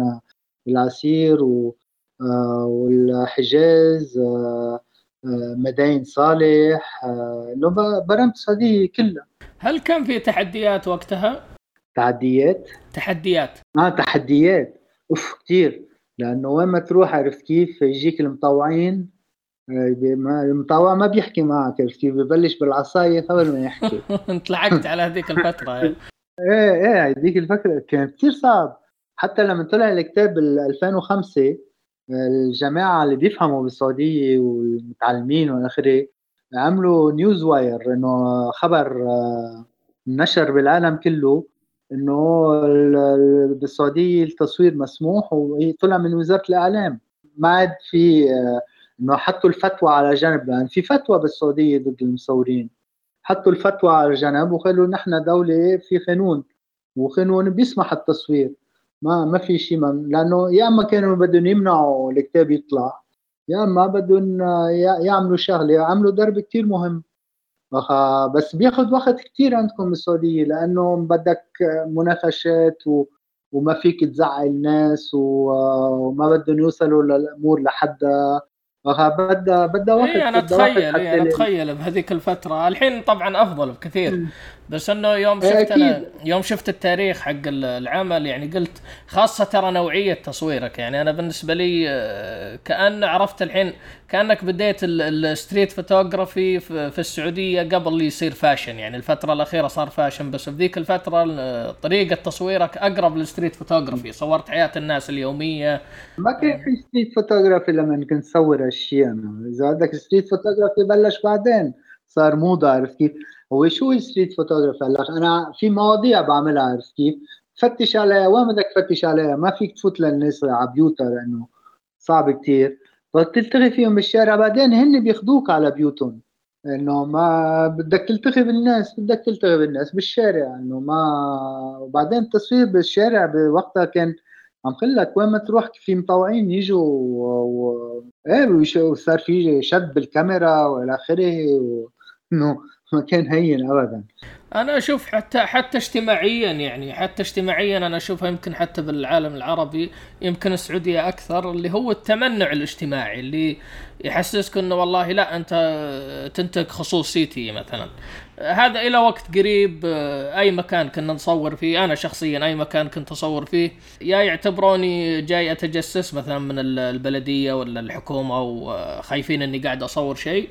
بالعسير و... آه، والحجاز، آه، آه، مداين صالح، آه، انه ب- برمت السعودية كلها. هل كان في تحديات وقتها؟ تعديات. تحديات. اه تحديات، اوف كتير. لانه وين ما تروح عرفت كيف يجيك المطوعين. آه، ما- المطوع ما بيحكي معك، عرفت كيف، ببلش بالعصاية قبل ما يحكي. انت لحقت على هذيك الفترة يعني. ايه ايه هذيك الفكرة كان كتير صعب. حتى لما طلع الكتاب بال ألفين وخمسة، الجماعة اللي بيفهموا بالسعودية والمتعلمين والآخره عملوا نيوز واير، انه خبر آه، نشر بالعالم كله انه ال- ال- بالسعودية التصوير مسموح، وطلع من وزارة الإعلام. ما عاد في آه، انه حطوا الفتوى على جنب، لان في فتوى بالسعودية ضد المصورين. حطوا الفتوى على جنب وقالوا نحن دولة في قانون، وقانون بيسمح التصوير. ما ما في شيء، ما لانه يا اما كانوا بدهم يمنعوا الكتاب يطلع، يا اما بدهم يا- يعملوا شغله، يعملوا درب كتير مهم. فخ- بس بياخد وقت كتير عندكم بالسعوديه، لانه بدك مناقشات و وما فيك تزعل الناس و- وما بدهم يوصلوا للامور لحدها. فخ- بدها بدها اي وقت، انا بدها وقت اتخيل اي حتى انا ال- اتخيل بهذيك الفترة. الحين طبعا افضل بكثير، بس انه يوم إيه شفت انا اكيد. يوم شفت التاريخ حق العمل يعني قلت خاصة ترى نوعية تصويرك. يعني انا بالنسبة لي آه، كأن عرفت الحين كأنك بديت ال- الستريت فوتوغرافي في في السعودية قبل يصير فاشن. يعني الفترة الأخيرة صار فاشن، بس في ذيك الفترة آه، طريقة تصويرك أقرب للستريت فوتوغرافي، صورت حياة الناس اليومية. ما كان في ستريت فوتوغرافي لما كنت صور هالشيء. انا اذا بدك ستريت فوتوغرافي بلش بعدين، صار موضة، عرفت كيف. هو شو الستريت فوتوغرافي؟ هلا انا في مواضيع بعملها، عرفت كيف، فتش عليها وين بدك تفتش عليها، ما فيك تفوت للناس على بيوتها لانه صعب كتير. بتلتقي فيهم بالشارع، بعدين هن بياخدوك على بيوتهم. انه ما بدك تلتقي بالناس، بدك تلتقي بالناس بالشارع، انه ما. وبعدين التصوير بالشارع بوقتها كان عم قل لك وين ما تروح في مطوعين يجوا و... و... ايه ويش- وصار في شد بالكاميرا والى اخره و... انه ما كان هين ابدا. انا اشوف حتى حتى اجتماعيا، يعني حتى اجتماعيا انا اشوفها يمكن حتى بالعالم العربي، يمكن السعوديه اكثر، اللي هو التمنع الاجتماعي اللي يحسسك انه والله لا انت تنتهك خصوصيتي مثلا. هذا الى وقت قريب آه، اي مكان كنا نصور فيه، انا شخصيا اي مكان كنت اصور فيه يا يعتبروني جاي اتجسس مثلا من البلديه ولا الحكومه، او آه، خايفين اني قاعد اصور شيء،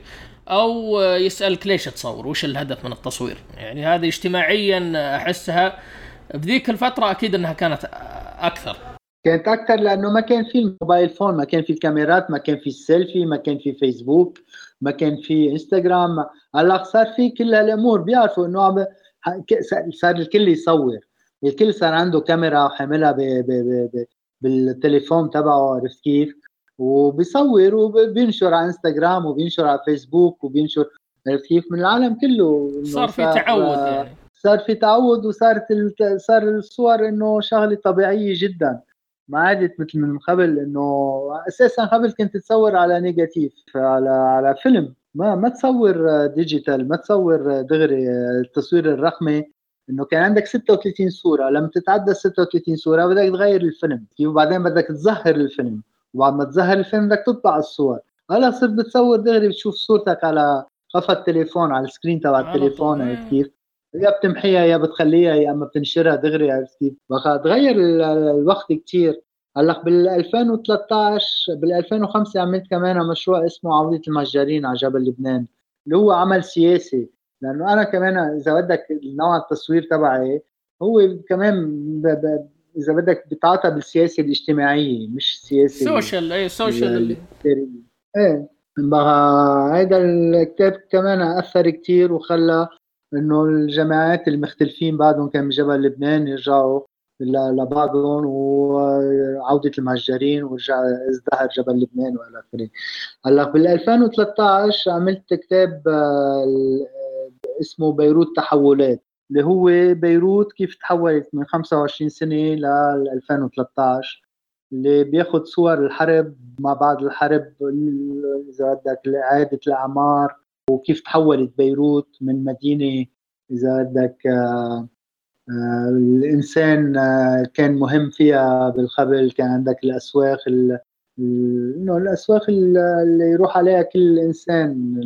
او يسألك ليش تصور، وش الهدف من التصوير. يعني هذه اجتماعيا احسها بذيك الفترة اكيد انها كانت اكثر. كانت اكثر لانه ما كان في الموبايل فون، ما كان في الكاميرات، ما كان في السيلفي، ما كان في فيسبوك، ما كان في انستغرام. هلا صار في كل هالامور، بيعرفوا انه عم ك- صار الكل يصور، الكل صار عنده كاميرا وحاملها ب... ب... ب... ب... بالتليفون تبعه، عرفت كيف؟ وبيصور وبينشر على انستغرام وبينشر على فيسبوك وبينشر، عرفت كيف؟ من العالم كله انه صار في صار تعود يعني. صار في تعود، وصارت الت... صار الصور انه شغله طبيعيه جدا. ما عادت مثل من قبل، انه اساسا قبل كنت تصور على نيجاتيف، على على فيلم، ما ما تصور ديجيتال، ما تصور دغري التصوير الرقمي. انه كان عندك ستة وثلاثين صوره، لما تتعدى ستة وثلاثين صوره بدك تغير الفيلم، وبعدين بدك تظهر الفيلم، وبعد ما تظهر الفيلم بدك تطبع الصور. هلا صرت بتصور دغري، بتشوف صورتك على قفا التليفون، على السكرين تبع على التليفون، طول عرفت إيه. كيف؟ يا بتمحيها يا بتخليها يا اما بتنشرها دغري، عرفت كيف؟ بقى تغير ال- الوقت كتير. هلا بال ألفين وثلاثة عشر بال ألفين وخمسة عملت كمان مشروع اسمه عودة المهجرين على جبل لبنان، اللي هو عمل سياسي. لانه انا كمان اذا بدك نوع التصوير تبعي هو كمان ب... ب... اذا بدك بتعاطى بالسياسه الاجتماعيه، مش السياسه ال... السوشيال، اي السوشيال ال... اللي ال- ايه. بقى هذا الكتاب كمان اثر كتير، وخلى انه الجماعات المختلفين بعدهم كان بجبل لبنان يرجعوا ل- لبعضهم، وعودة المهجرين ورجع ازدهر جبل لبنان والى اخره. هلا بال ألفين وثلاثة عشر عملت كتاب آه، اسمه بيروت تحولات، اللي هو بيروت كيف تحولت من خمسة وعشرين سنة ل ألفين وثلاثة عشر، اللي بياخد صور الحرب ما بعد الحرب، إذا بدك إعادة الأعمار، وكيف تحولت بيروت من مدينة، إذا بدك آه، آه، الإنسان آه، كان مهم فيها بالقبل، كان عندك الأسواق ال- ال- إنه الأسواق اللي يروح عليها كل إنسان.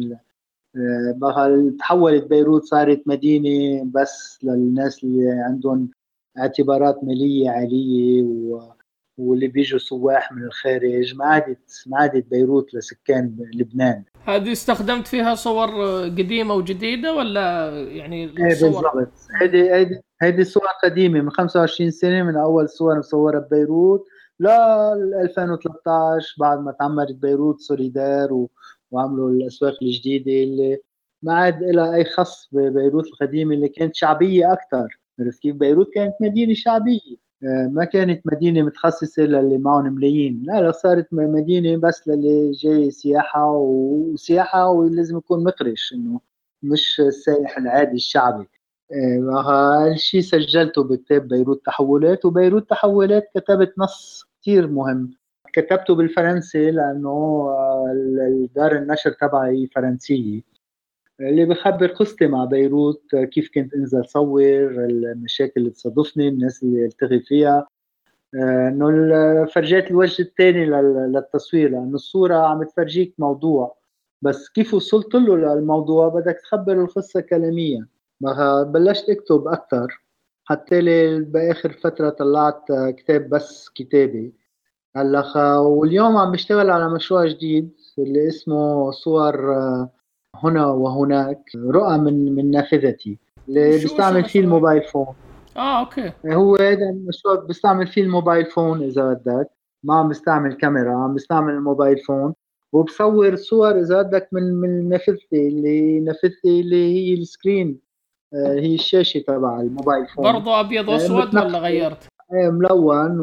آه، بقى تحولت بيروت، صارت مدينة بس للناس اللي عندهم اعتبارات مالية عالية و... واللي بيجوا سواح من الخارج. ما عادت ما عادت بيروت لسكان لبنان. هذه استخدمت فيها صور قديمة وجديدة، ولا يعني ايه الصور؟ بالضبط. هيدي هيدي هيدي صور قديمة من خمسة وعشرين سنة، من أول صور مصورة ببيروت ل ألفين وثلاثة عشر، بعد ما تعمرت بيروت سوليدار و... وعملوا الأسواق الجديدة اللي ما عاد لها أي خص ببيروت القديمة اللي كانت شعبية أكثر. عرفت كيف؟ بيروت كانت مدينة شعبية، آه، ما كانت مدينة متخصصة للي معهم ملايين، لا لا، صارت م- مدينة بس للي جاي سياحة، وسياحة ولازم يكون مقرش، إنه مش السائح العادي الشعبي. آه، هالشي سجلته بكتاب بيروت تحولات. وبيروت تحولات كتبت نص كتير مهم، كتبته بالفرنسي لأنه آه، ال- دار النشر تبعي فرنسية، اللي بخبر قصتي مع بيروت، آه، كيف كنت انزل صور، المشاكل اللي تصادفني، الناس اللي التقي فيها. آه، انه ال- فرجيت الوجه الثاني للتصوير، لانه الصورة عم تفرجيك موضوع، بس كيف وصلت له للموضوع بدك تخبر القصة كلاميا. بقى بلشت اكتب اكثر، حتى لي باخر فترة طلعت آه، كتاب بس كتابي. هلا خ- واليوم عم بشتغل على مشروع جديد اللي اسمه صور آه، هنا وهناك، رؤى من من نافذتي، اللي وش وش بيستعمل فيه المشروع؟ الموبايل فون. اه اوكي. هو هذا المشروع بيستعمل فيه الموبايل فون، اذا بدك ما عم بيستعمل كاميرا، عم بيستعمل الموبايل فون، وبصور صور اذا بدك من من نافذتي، اللي نافذتي اللي هي السكرين، آه، هي الشاشه تبع الموبايل فون. برضو ابيض آه، واسود ولا متنقله، غيرت؟ آه، ملون،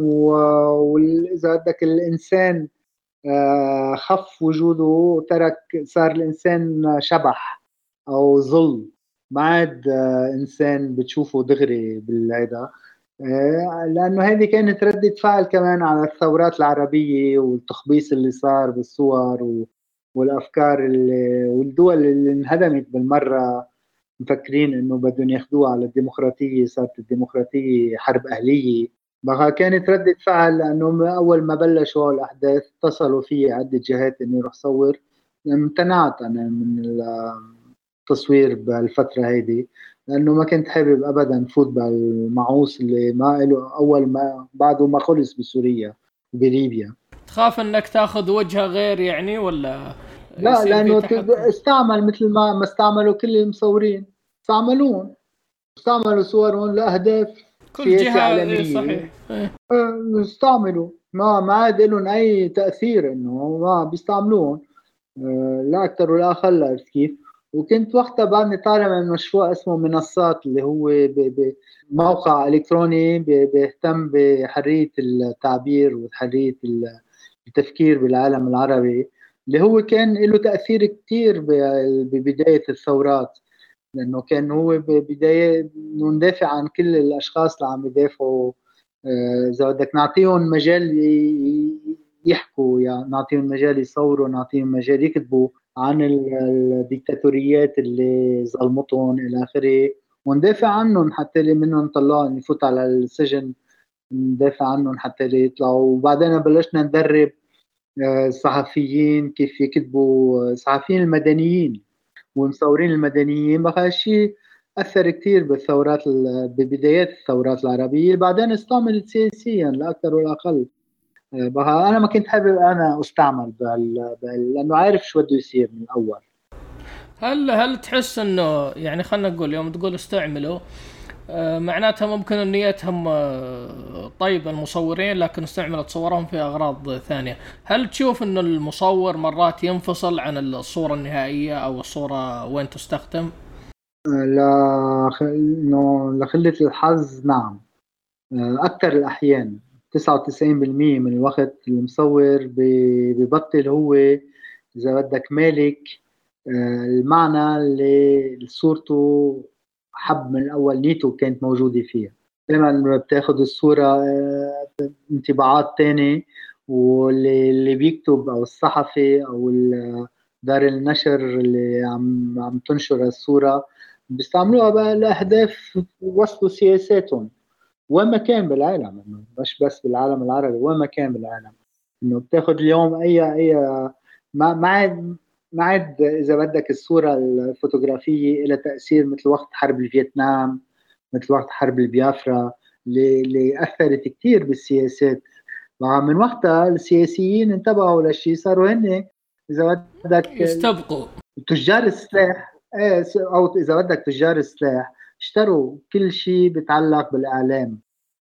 و- واذا بدك الانسان آه، خف وجوده، ترك صار الانسان شبح، او ظل، ما عاد آه، انسان بتشوفه دغري بالهيدا. آه، لانه هذه كانت ردة فعل كمان على الثورات العربية والتخبيص اللي صار بالصور و- والافكار اللي والدول اللي انهدمت بالمرة، مفكرين انه بدهم ياخذوها على الديمقراطية، صارت الديمقراطية حرب اهلية. بقى كانت ردة فعل لانه اول ما بلشوا الاحداث اتصلوا في عدة جهات اني اروح صور. امتنعت انا من التصوير بالفترة هيدي، لانه ما كنت حابب ابدا فوت بالمعوص اللي ما له اول ما بعده ما خلص بسوريا وبليبيا. تخاف انك تاخذ وجهه غير يعني، ولا لا، يصير في لانه ت- تحكم؟ استعمل مثل ما ما استعملوا كل المصورين، استعملوهم، استعملوا صورهم لاهداف كل سياسة جهه إيه، عالمية. صحيح إيه. آه، استعملوا، ما ما عاد لهم اي تاثير، انه ما بيستعملوهم. آه، لا اكثر ولا اقل، عرفت كيف؟ وكنت وقتها بعدني طالع من مشروع اسمه منصات، اللي هو ب- ب- موقع الكتروني ب- بيهتم بحريه التعبير وحريه التفكير بالعالم العربي، اللي هو كان له تاثير كثير ببدايه الثورات، لانه كان هو ببدايه إنه ندافع عن كل الاشخاص اللي عم يدافعوا. آه، اذا بدك نعطيهم مجال ي- يحكوا، يعني نعطيهم مجال يصوروا، نعطيهم مجال يكتبوا عن ال- الديكتاتوريات اللي ظلمتهم الى اخره، وندافع عنهم حتى اللي منهم طلعوا يفوت على السجن، ندافع عنهم حتى اللي يطلعوا. وبعدين بلشنا ندرب آه، الصحفيين كيف يكتبوا، آه، الصحفيين المدنيين والمصورين المدنيين. بقى هالشيء أثر كثير بالثورات ال- ببدايات الثورات العربية، بعدين استعملت سياسيا لا أكثر ولا أقل. آه، بقى أنا ما كنت حابب أنا أستعمل بال... بال... لأنه عارف شو بده يصير من الأول. هل هل تحس انه يعني خلنا نقول يوم تقول استعملوا، آه، معناتها ممكن ان نيتهم آه، طيبة المصورين، لكن استعملت صورهم في اغراض ثانية؟ هل تشوف ان المصور مرات ينفصل عن الصورة النهائية او الصورة وين تستخدم؟ آه، لا خ... إنه لخلة الحظ، نعم. آه، أكثر الأحيان، تسعة وتسعين بالمئة من الوقت المصور بي- ببطل هو، إذا بدك، مالك آه، المعنى اللي صورته حب من الأول، نيته كانت موجودة فيها. دائما بتاخد الصورة آه، انطباعات تانية، واللي اللي بيكتب أو الصحفي أو ال- دار النشر اللي عم عم تنشر الصورة بيستعملوها بقى لأهداف وصلوا سياساتهم وين ما كان بالعالم، إنه مش بس بالعالم العربي، وين ما كان بالعالم. انه بتاخذ اليوم اي اي ما ما عاد ما عاد اذا بدك الصوره الفوتوغرافيه لها تاثير مثل وقت حرب الفيتنام، مثل وقت حرب البيافرا، اللي, اللي اثرت كثير بالسياسات. من وقتها السياسيين انتبهوا للشيء، صاروا هن اذا بدك يستبقوا. تجار السلاح، ايه، او اذا بدك تجار السلاح اشتروا كل شيء بيتعلق بالاعلام،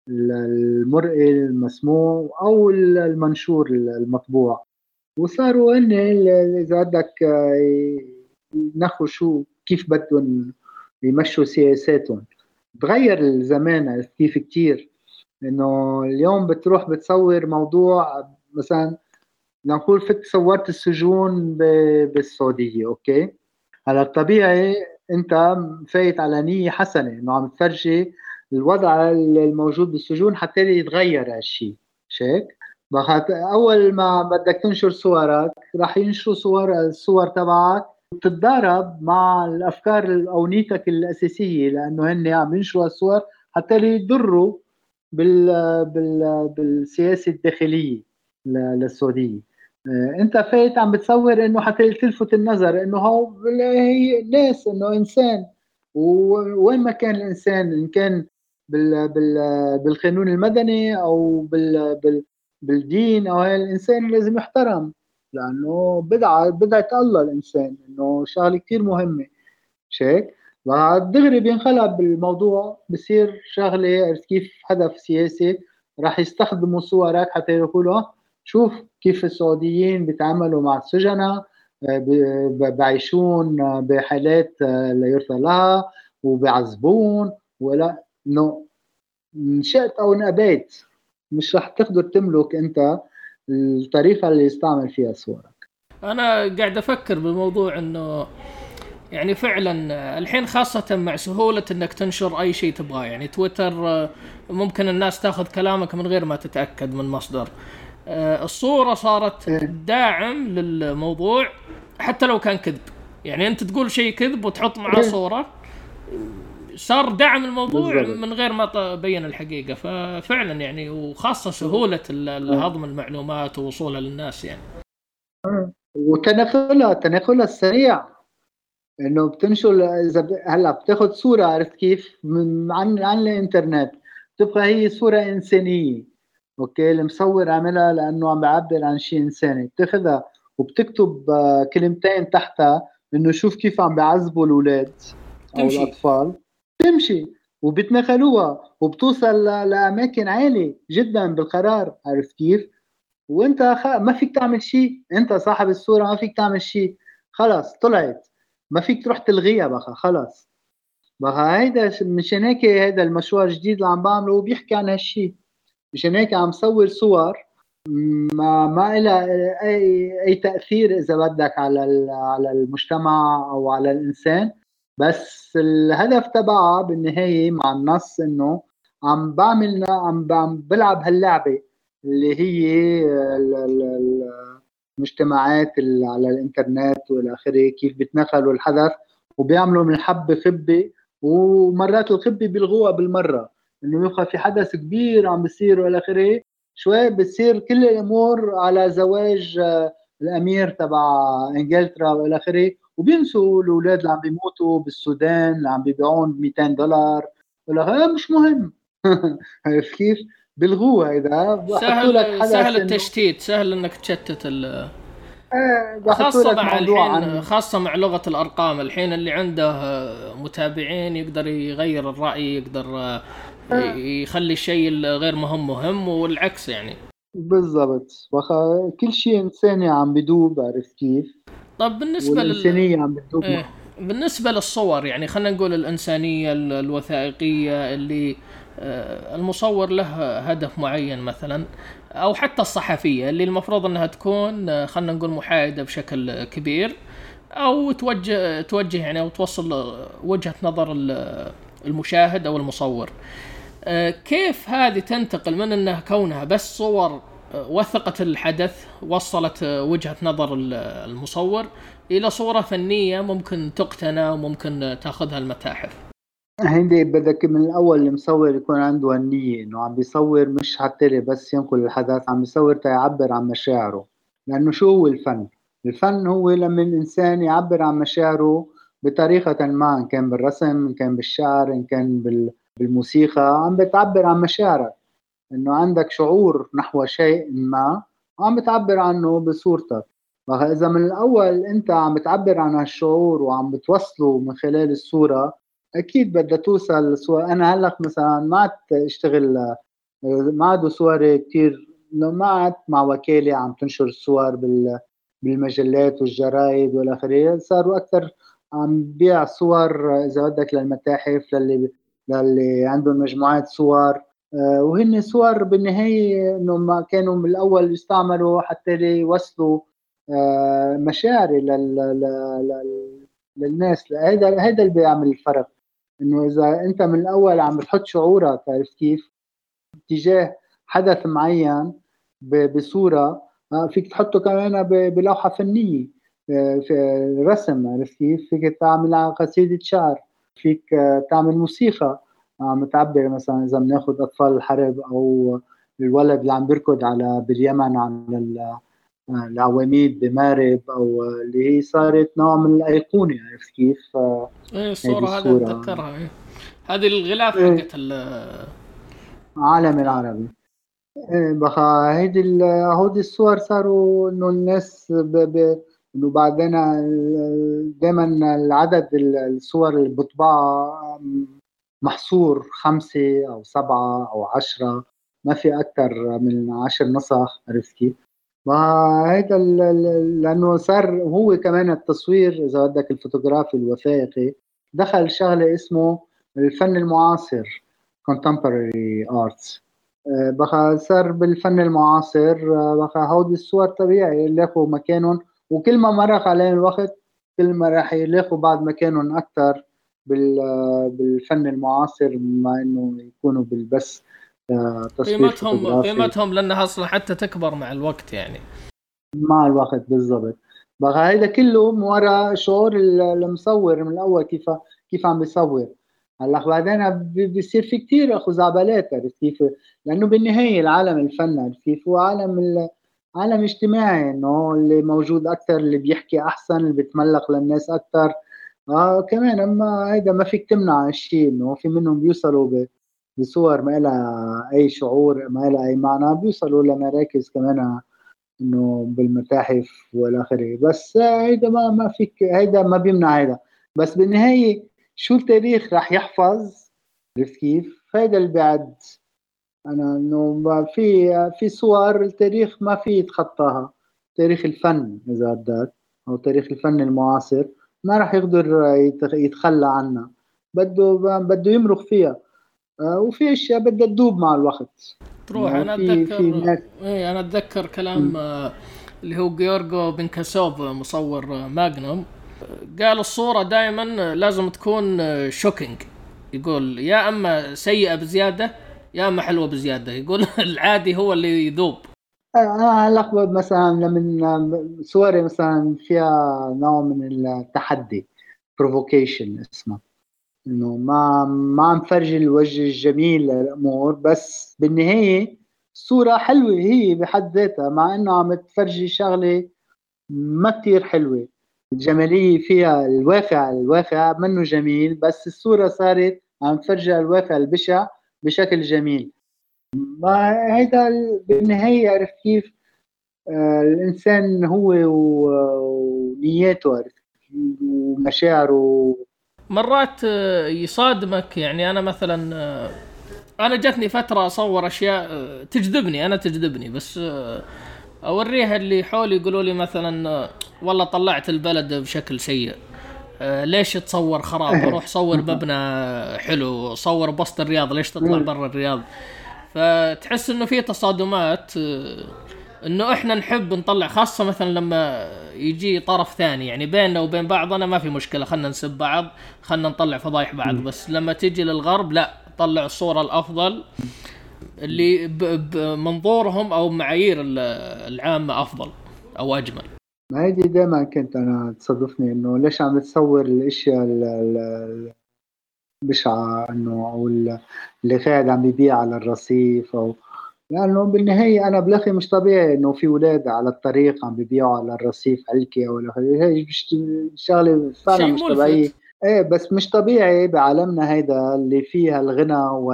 المرئي المسموع او المنشور المطبوع، وصاروا هن اذا بدك آه، ينخوا شو كيف بدهم يمشوا سياساتهم. تغير الزمان، عرفت كيف؟ كتير. انه اليوم بتروح بتصور موضوع مثلا، نقول فت صورت السجون ب- بالسعودية، اوكي. هلا الطبيعي انت فايت على نية حسنة، انه عم تفرجي الوضع الموجود بالسجون حتى يتغير هالشيء، مش هيك؟ بخات اول ما بدك تنشر صورك راح ينشروا صور الصور تبعك بتتضارب مع الافكار او نيتك الاساسيه، لانه هن عم ينشروا الصور حتى يضروا بال بال بالسياسه الداخليه ل- للسعوديه. آه، انت فايت عم بتصور انه حتى تلفت النظر انه هو هي الناس، انه انسان، ووين ما كان الانسان، ان كان بال بال بالقانون المدني او بال بال بالدين، او هاي الانسان لازم يحترم، لانه بدعه بدعه الله الانسان، انه شغله كثير مهمه، مش هيك؟ بعد دغري بينخلق بالموضوع، بصير شغله، عرفت كيف؟ هدف سياسي، راح يستخدموا صورك حتى يقولوا آه، شوف كيف السعوديين بيتعاملوا مع السجناء، آه، ب- ب- بعيشون آه، بحالات آه، لا يرثى لها، وبيعذبون، ولا انه إن شئت او ان ابيت مش راح تقدر تملك انت الطريقه اللي يستعمل فيها صورك. انا قاعد افكر بالموضوع انه يعني فعلا الحين خاصة مع سهولة انك تنشر اي شيء تبغاه، يعني تويتر ممكن الناس تاخذ كلامك من غير ما تتأكد من مصدر. الصورة صارت داعم للموضوع حتى لو كان كذب، يعني انت تقول شيء كذب وتحط معاه صورة صار دعم الموضوع بالزبط. من غير ما تبين الحقيقة. ففعلا يعني وخاصة سهولة الهضم المعلومات ووصولها للناس يعني. وتنقلها تنقلها السريع، انه بتنشر اذا هلا بتاخذ صورة عرفت كيف من عن عن الانترنت تبقى هي صورة انسانية، اوكي المصور عملها لانه عم بيعبر عن شيء انساني، بتاخذها وبتكتب كلمتين تحتها انه شوف كيف عم بيعذبوا الاولاد او تمشي. الاطفال تمشي وبتنقلوها وبتوصل لاماكن عالية جدا بالقرار عرفت كيف، وانت ما فيك تعمل شيء، انت صاحب الصورة ما فيك تعمل شيء، خلاص طلعت ما فيك تروح تلغيها بقى خلاص بقى. هيدا مشان هيك هيدا المشروع الجديد اللي عم بعمله وبيحكي عن هالشيء، مشان هيك عم صور صور ما ما لها اي اي تاثير اذا بدك على على المجتمع او على الانسان، بس الهدف تبعها بالنهايه مع النص انه عم بعمل عم عم بلعب هاللعبه اللي هي المجتمعات على الانترنت والى اخره، كيف بتنقلوا الحدث وبيعملوا من الحبه خبه، ومرات الخبه بيلغوها بالمره، انه يبقى في حدث كبير عم بيصير والى اخره، شوي بتصير كل الامور على زواج الامير تبع انجلترا والى اخره، وبينسوا الاولاد اللي عم بيموتوا بالسودان اللي عم بيبيعون ب مئتين دولار ولا مش مهم. عرفت كيف؟ بيلغوها. اذا بحطوا لك حدث سهل التشتيت، سهل انك تشتت ال آه خاصة مع الحين عن... خاصة مع لغة الارقام الحين، اللي عنده متابعين يقدر يغير الرأي، يقدر يخلي الشيء غير مهم مهم والعكس يعني. بالضبط، وخا كل شيء انساني عم بدوب عرفت كيف. طب بالنسبه للانسانيه لل... عم بدوب إيه. بالنسبه للصور يعني خلينا نقول الانسانيه الوثائقيه اللي المصور له هدف معين مثلا، او حتى الصحفيه اللي المفروض انها تكون خلينا نقول محايده بشكل كبير، او توجه توجه يعني او توصل وجهه نظر المشاهد او المصور. كيف هذه تنتقل من انها كونها بس صور وثقت الحدث وصلت وجهة نظر المصور الى صورة فنية ممكن تقتنى وممكن تاخذها المتاحف؟ هندي بدك من الاول المصور يكون عنده النية انه عم بيصور مش حتى بس ينقل الحدث، عم بيصور تيعبر عن مشاعره. لانه شو هو الفن؟ الفن هو لما الانسان يعبر عن مشاعره بطريقة ما، ان كان بالرسم، ان كان بالشعر، ان كان بال بالموسيقى، عم بتعبر عن مشاعرك، انه عندك شعور نحو شيء ما عم بتعبر عنه بصورتك. فاذا من الاول انت عم بتعبر عن هالشعور وعم بتوصله من خلال الصورة، اكيد بدها توصل صور. انا هلق مثلا ما عاد اشتغل، ما عاد صوري كتير، ما عاد مع وكالة عم تنشر الصور بالمجلات والجرايد والاخره، صاروا اكثر عم بيع صور اذا بدك للمتاحف، للي للي عندهم مجموعات صور، وهن صور بالنهاية انه ما كانوا من الاول يستعملوا حتى يوصلوا مشاعري للناس. هذا هذا اللي بيعمل الفرق، انه اذا انت من الاول عم بتحط شعورك عرفت كيف تجاه حدث معين بصورة، فيك تحطه كمان بلوحة فنية في رسم عرفت كيف، فيك تعمل قصيدة شعر، فيك تعمل موسيقى عم تعبر مثلا اذا بناخذ اطفال الحرب او الولد اللي عم بيركض على باليمن على العواميد بمارب، او اللي هي صارت نوع من الايقونه عرفت كيف. ايه الصوره هذه اتذكرها، إيه. هذه الغلاف إيه. حقت العالم العربي. ايه بقى هيدي هودي الصور صاروا انه الناس ب... ب... انه بعدين دائما العدد الصور اللي بطبعها محصور خمسة أو سبعة أو عشرة، ما في أكثر من عشر نسخ عرفت كيف. وهذا لأنه صار هو كمان التصوير إذا بدك الفوتوغرافي الوثائقي دخل شغلة اسمه الفن المعاصر contemporary arts. بقى صار بالفن المعاصر بقى هودي الصور طبيعي يلاقوا مكانهم، وكل ما مرق عليهم الوقت كل ما راح يلاقوا بعض مكانهم أكتر بالفن المعاصر، ما إنه يكونوا بالبس تصوير قيمتهم فوتوغرافي قيمتهم لانها اصلا حتى تكبر مع الوقت يعني. مع الوقت. بالضبط. بقى هيدا كله من وراء شعور المصور من الأول، كيف كيف عم بيصور. هلا بعدين بيصير في كتير خزعبلات، عرفت كيف؟ لأنه بالنهاية العالم الفن، عرفت كيف؟ هو عالم ال... عالم اجتماعي، إنه اللي موجود أكتر، اللي بيحكي أحسن، اللي بيتملق للناس أكتر. آه كمان أما هيدا ما فيك تمنع الشيء، إنه في منهم بيوصلوا ب... بصور ما لها أي شعور، ما لها أي معنى، بيوصلوا لمراكز كمان انه بالمتاحف والى اخره. بس هيدا ما ما فيك، هيدا ما بيمنع هيدا. بس بالنهايه شو التاريخ راح يحفظ، عرفت كيف؟ هيدا اللي بعد انا انه ما في في صور التاريخ ما في يتخطاها. تاريخ الفن اذا بدك، او تاريخ الفن المعاصر، ما راح يقدر يتخ- يتخلى عنها. بده بده يمرق فيها. آه، وفي اشياء بدها تدوب مع الوقت. تروح. انه انا في في اتذكر ناس. ايه انا اتذكر كلام آه، اللي هو جيورجو بنكاسوف، آه، مصور آه، ماغنوم. قال الصورة دائما لازم تكون شوكينج. يقول يا اما سيئة بزيادة يا اما حلوة بزيادة. يقول العادي هو اللي يذوب. أنا هلق مثلا لمن صوري مثلا فيها نوع من التحدي، provocation اسمها، إنه ما ما عم فرجي الوجه الجميل للأمور، بس بالنهاية الصورة حلوة هي بحد ذاتها، مع إنه عم تفرجي شغلة ما كتير حلوة. الجمالية فيها الواقع، الواقع منه جميل، بس الصورة صارت عم تفرجي الواقع البشع بشكل جميل. ما هيدا بالنهاية، عرفت كيف؟ آه، الإنسان هو و- ونياته، عرفت كيف؟ ومشاعره. مرات آه، يصادمك. يعني انا مثلا آه، انا جاتني فترة اصور اشياء آه، تجذبني، انا تجذبني، بس آه، اوريها اللي حولي يقولوا لي مثلا آه، والله طلعت البلد بشكل سيء. آه، ليش تصور خراب؟ روح صور مبنى حلو، صور بسط الرياض، ليش تطلع برا الرياض؟ فتحس انه في تصادمات. آه، انه احنا نحب نطلع، خاصة مثلا لما يجي طرف ثاني، يعني بيننا وبين بعضنا ما في مشكلة، خلنا نسب بعض، خلنا نطلع فضايح بعض. بس لما تيجي للغرب لا، طلع الصورة الافضل اللي ب- بمنظورهم او معايير ال- العامة افضل او اجمل. ما هيدي دائما كنت أنا تصادفني، إنه ليش عم تصور الأشياء ال- ال- البشعة، إنه أو ال- اللي قاعد عم بيبيع على الرصيف، أو لأنه بالنهاية أنا بلاقي مش طبيعي إنه في أولاد على الطريق عم ببيعوا على الرصيف علكة أو إلى آخره. هي مش شغلة فعلا شيء مش طبيعية. ملفت. إيه بس مش طبيعي بعالمنا هيدا اللي فيها الغنى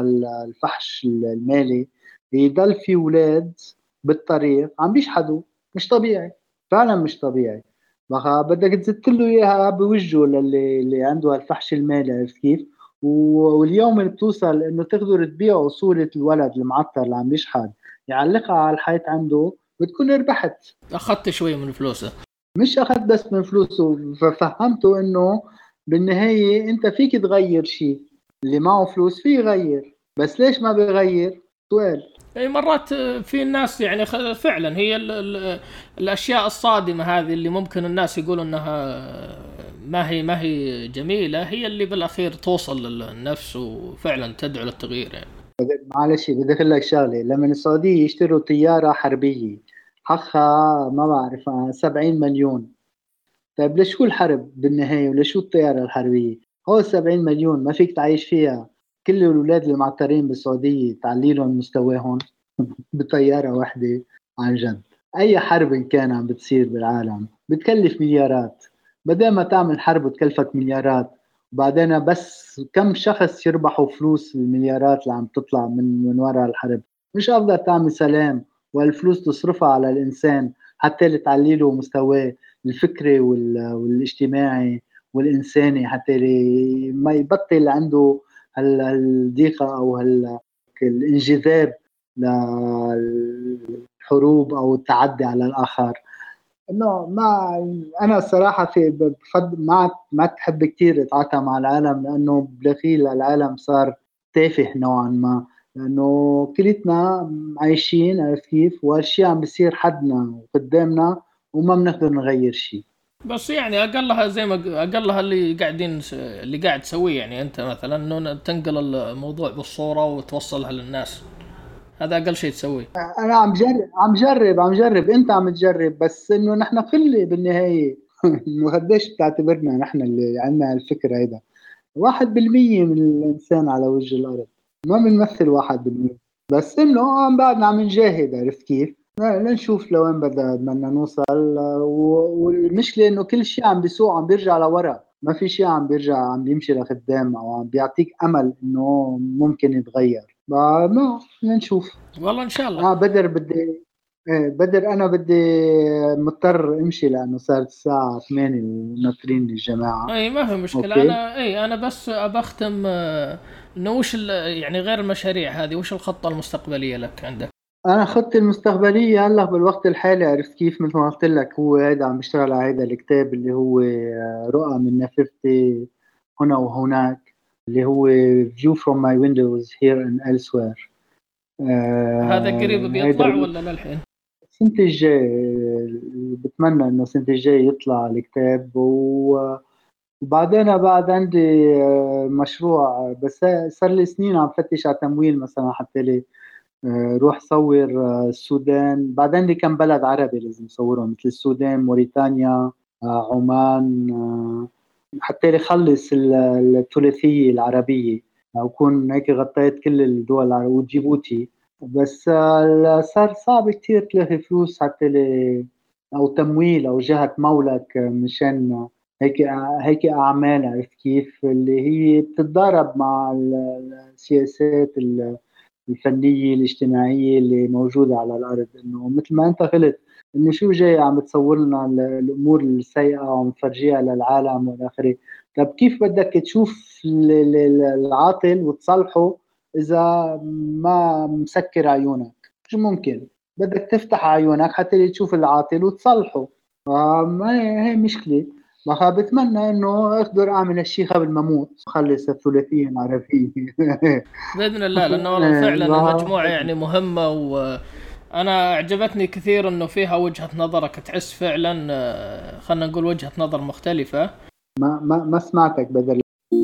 والفحش المالي يضل في أولاد بالطريق عم بيشحدوا. مش طبيعي، فعلا مش طبيعي. بقى بدك تزت له إياها بوجهه للي اللي عنده الفحش المالي، عرفت كيف؟ واليوم اللي بتوصل انه تقدر تبيعه صورة الولد المعطر اللي عم يشحد، يعلقها على الحيط عنده، بتكون ربحت. اخذت شوي من فلوسه. مش اخذت بس من فلوسه، ففهمته انه بالنهاية انت فيك تغير شيء. اللي معه فلوس فيه يغير، بس ليش ما بيغير؟ سؤال. اي مرات في الناس يعني خ- فعلا هي ال ال الاشياء الصادمة هذه اللي ممكن الناس يقولوا انها ما هي ما هي جميلة، هي اللي بالاخير توصل للنفس وفعلا تدعو للتغيير يعني. معلش بدي اقول لك شغله، لما السعوديه يشتروا طياره حربيه حقها ما بعرف سبعين مليون. طيب لشو الحرب بالنهاية، ولشو الطيارة الحربية؟ هو سبعين مليون ما فيك تعيش فيها كل الأولاد المعترين بالسعودية تعلي لهم مستواهم بطيارة واحدة؟ عن جد أي حرب إن كان عم بتصير بالعالم بتكلف مليارات. بدل ما تعمل حرب وتكلفك مليارات، وبعدين بس كم شخص يربحوا فلوس المليارات اللي عم تطلع من من وراء الحرب؟ مش أفضل تعمل سلام والفلوس تصرفها على الإنسان حتى تعلي له مستواه الفكري وال- والاجتماعي والإنساني، حتى لي- ما يبطل عنده هال- هالضيقة أو هال- الانجذاب للحروب أو التعدي على الآخر. إنه ما أنا الصراحة في بفضل ما ما تحب كتير أتعاطى مع العالم، لأنه بلاقي العالم صار تافه نوعا ما، لأنه كلتنا عايشين، عرفت كيف؟ وهالشي عم بيصير حدنا وقدامنا وما بنقدر نغير شيء. بس يعني اقلها زي ما اقلها اللي قاعدين اللي قاعد تسويه، يعني انت مثلا انه تنقل الموضوع بالصوره وتوصلها للناس، هذا اقل شيء تسويه. انا عم جرب عم جرب عم جرب انت عم تجرب، بس انه نحن كل بالنهايه انه قديش بتعتبرنا نحن اللي عندنا الفكره هيدا؟ واحد بالمية من الانسان على وجه الارض، ما بنمثل واحد بالمية. بس انه عم بعدنا عم نجاهد، عرفت كيف؟ لنشوف لوين بدنا بدنا نوصل. و- والمشكله انه كل شيء عم بيسوق عم بيرجع لورا، ما في شيء عم بيرجع عم بيمشي لقدام او عم بيعطيك امل انه ممكن يتغير. ما لنشوف. والله ان شاء الله. اه بدر بدي ايه بدر انا بدي مضطر امشي لانه صارت الساعة ثمانية وناطرين الجماعة. اي ما في مشكله، اوكي. انا اي انا بس ابختم آه، انه وش ال- يعني غير المشاريع هذه وش الخطه المستقبليه لك عندك؟ انا خطتي المستقبلية هلا بالوقت الحالي، عرفت كيف؟ مثل ما قلت لك، هو هذا عم بشتغل على هذا الكتاب اللي هو آه، رؤى من نافذتي هنا وهناك، اللي هو View from my windows here and elsewhere. هذا قريب آه هيدا بيطلع ولا للحين؟ السنة الجاي، بتمنى انه السنة الجاي يطلع الكتاب. و وبعدين بعد عندي آه، مشروع، بس صار لي سنين عم فتش على تمويل مثلا حتى لي آه، روح صور آه، السودان. بعدين لي كم بلد عربي لازم صورهم، مثل السودان، موريتانيا، آه، عمان، آه، حتى لي خلص ال- الثلاثية العربية، أو أكون هيك غطيت كل الدول العربية وجيبوتي. بس آه، صار صعب كتير تلاقي فلوس حتى لي أو تمويل أو جهة مولك آه، مشان هيك هيك أعمال، عرفت كيف؟ اللي هي بتتضارب مع ال- السياسات الفنية الاجتماعية اللي موجودة على الأرض. إنه مثل ما أنت قلت، إنه شو جاي عم تصور لنا ال- الأمور السيئة وعم تفرجيها للعالم والى آخره. طب كيف بدك تشوف ال- ال- العاطل وتصلحه إذا ما مسكر عيونك؟ شو ممكن؟ بدك تفتح عيونك حتى تشوف العاطل وتصلحه. فما هي هي مشكلة. بقى بتمنى انه اقدر اعمل هالشيء قبل ما اموت، اخلص الثلاثيه العربيه. باذن الله، لانه والله إيه، فعلا ما- المجموعه يعني مهمه، وانا اعجبتني كثير انه فيها وجهه نظرك تحس فعلا آه، خلينا نقول وجهه نظر مختلفه. ما ما ما سمعتك بدل.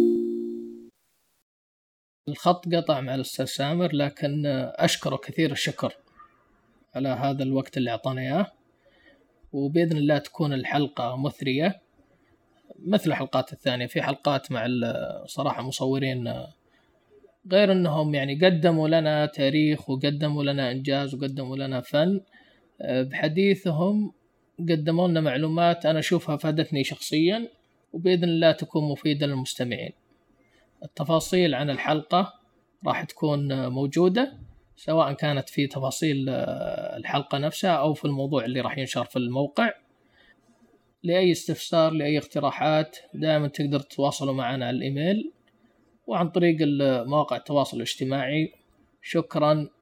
الخط قطع مع الاستاذ سامر، لكن آه، اشكره كثير الشكر على هذا الوقت اللي اعطانا اياه، وباذن الله تكون الحلقه مثريه مثل الحلقات الثانيه. في حلقات مع ال- صراحه مصورين آه، غير انهم يعني قدموا لنا تاريخ وقدموا لنا انجاز وقدموا لنا فن، آه، بحديثهم قدموا لنا معلومات أنا أشوفها فادتني شخصيا، وبإذن الله تكون مفيدة للمستمعين. التفاصيل عن الحلقة راح تكون موجودة، سواء كانت في تفاصيل الحلقة نفسها أو في الموضوع اللي راح ينشر في الموقع. لأي استفسار لأي اقتراحات دائما تقدر تتواصلوا معنا على الإيميل وعن طريق مواقع التواصل الاجتماعي. شكرا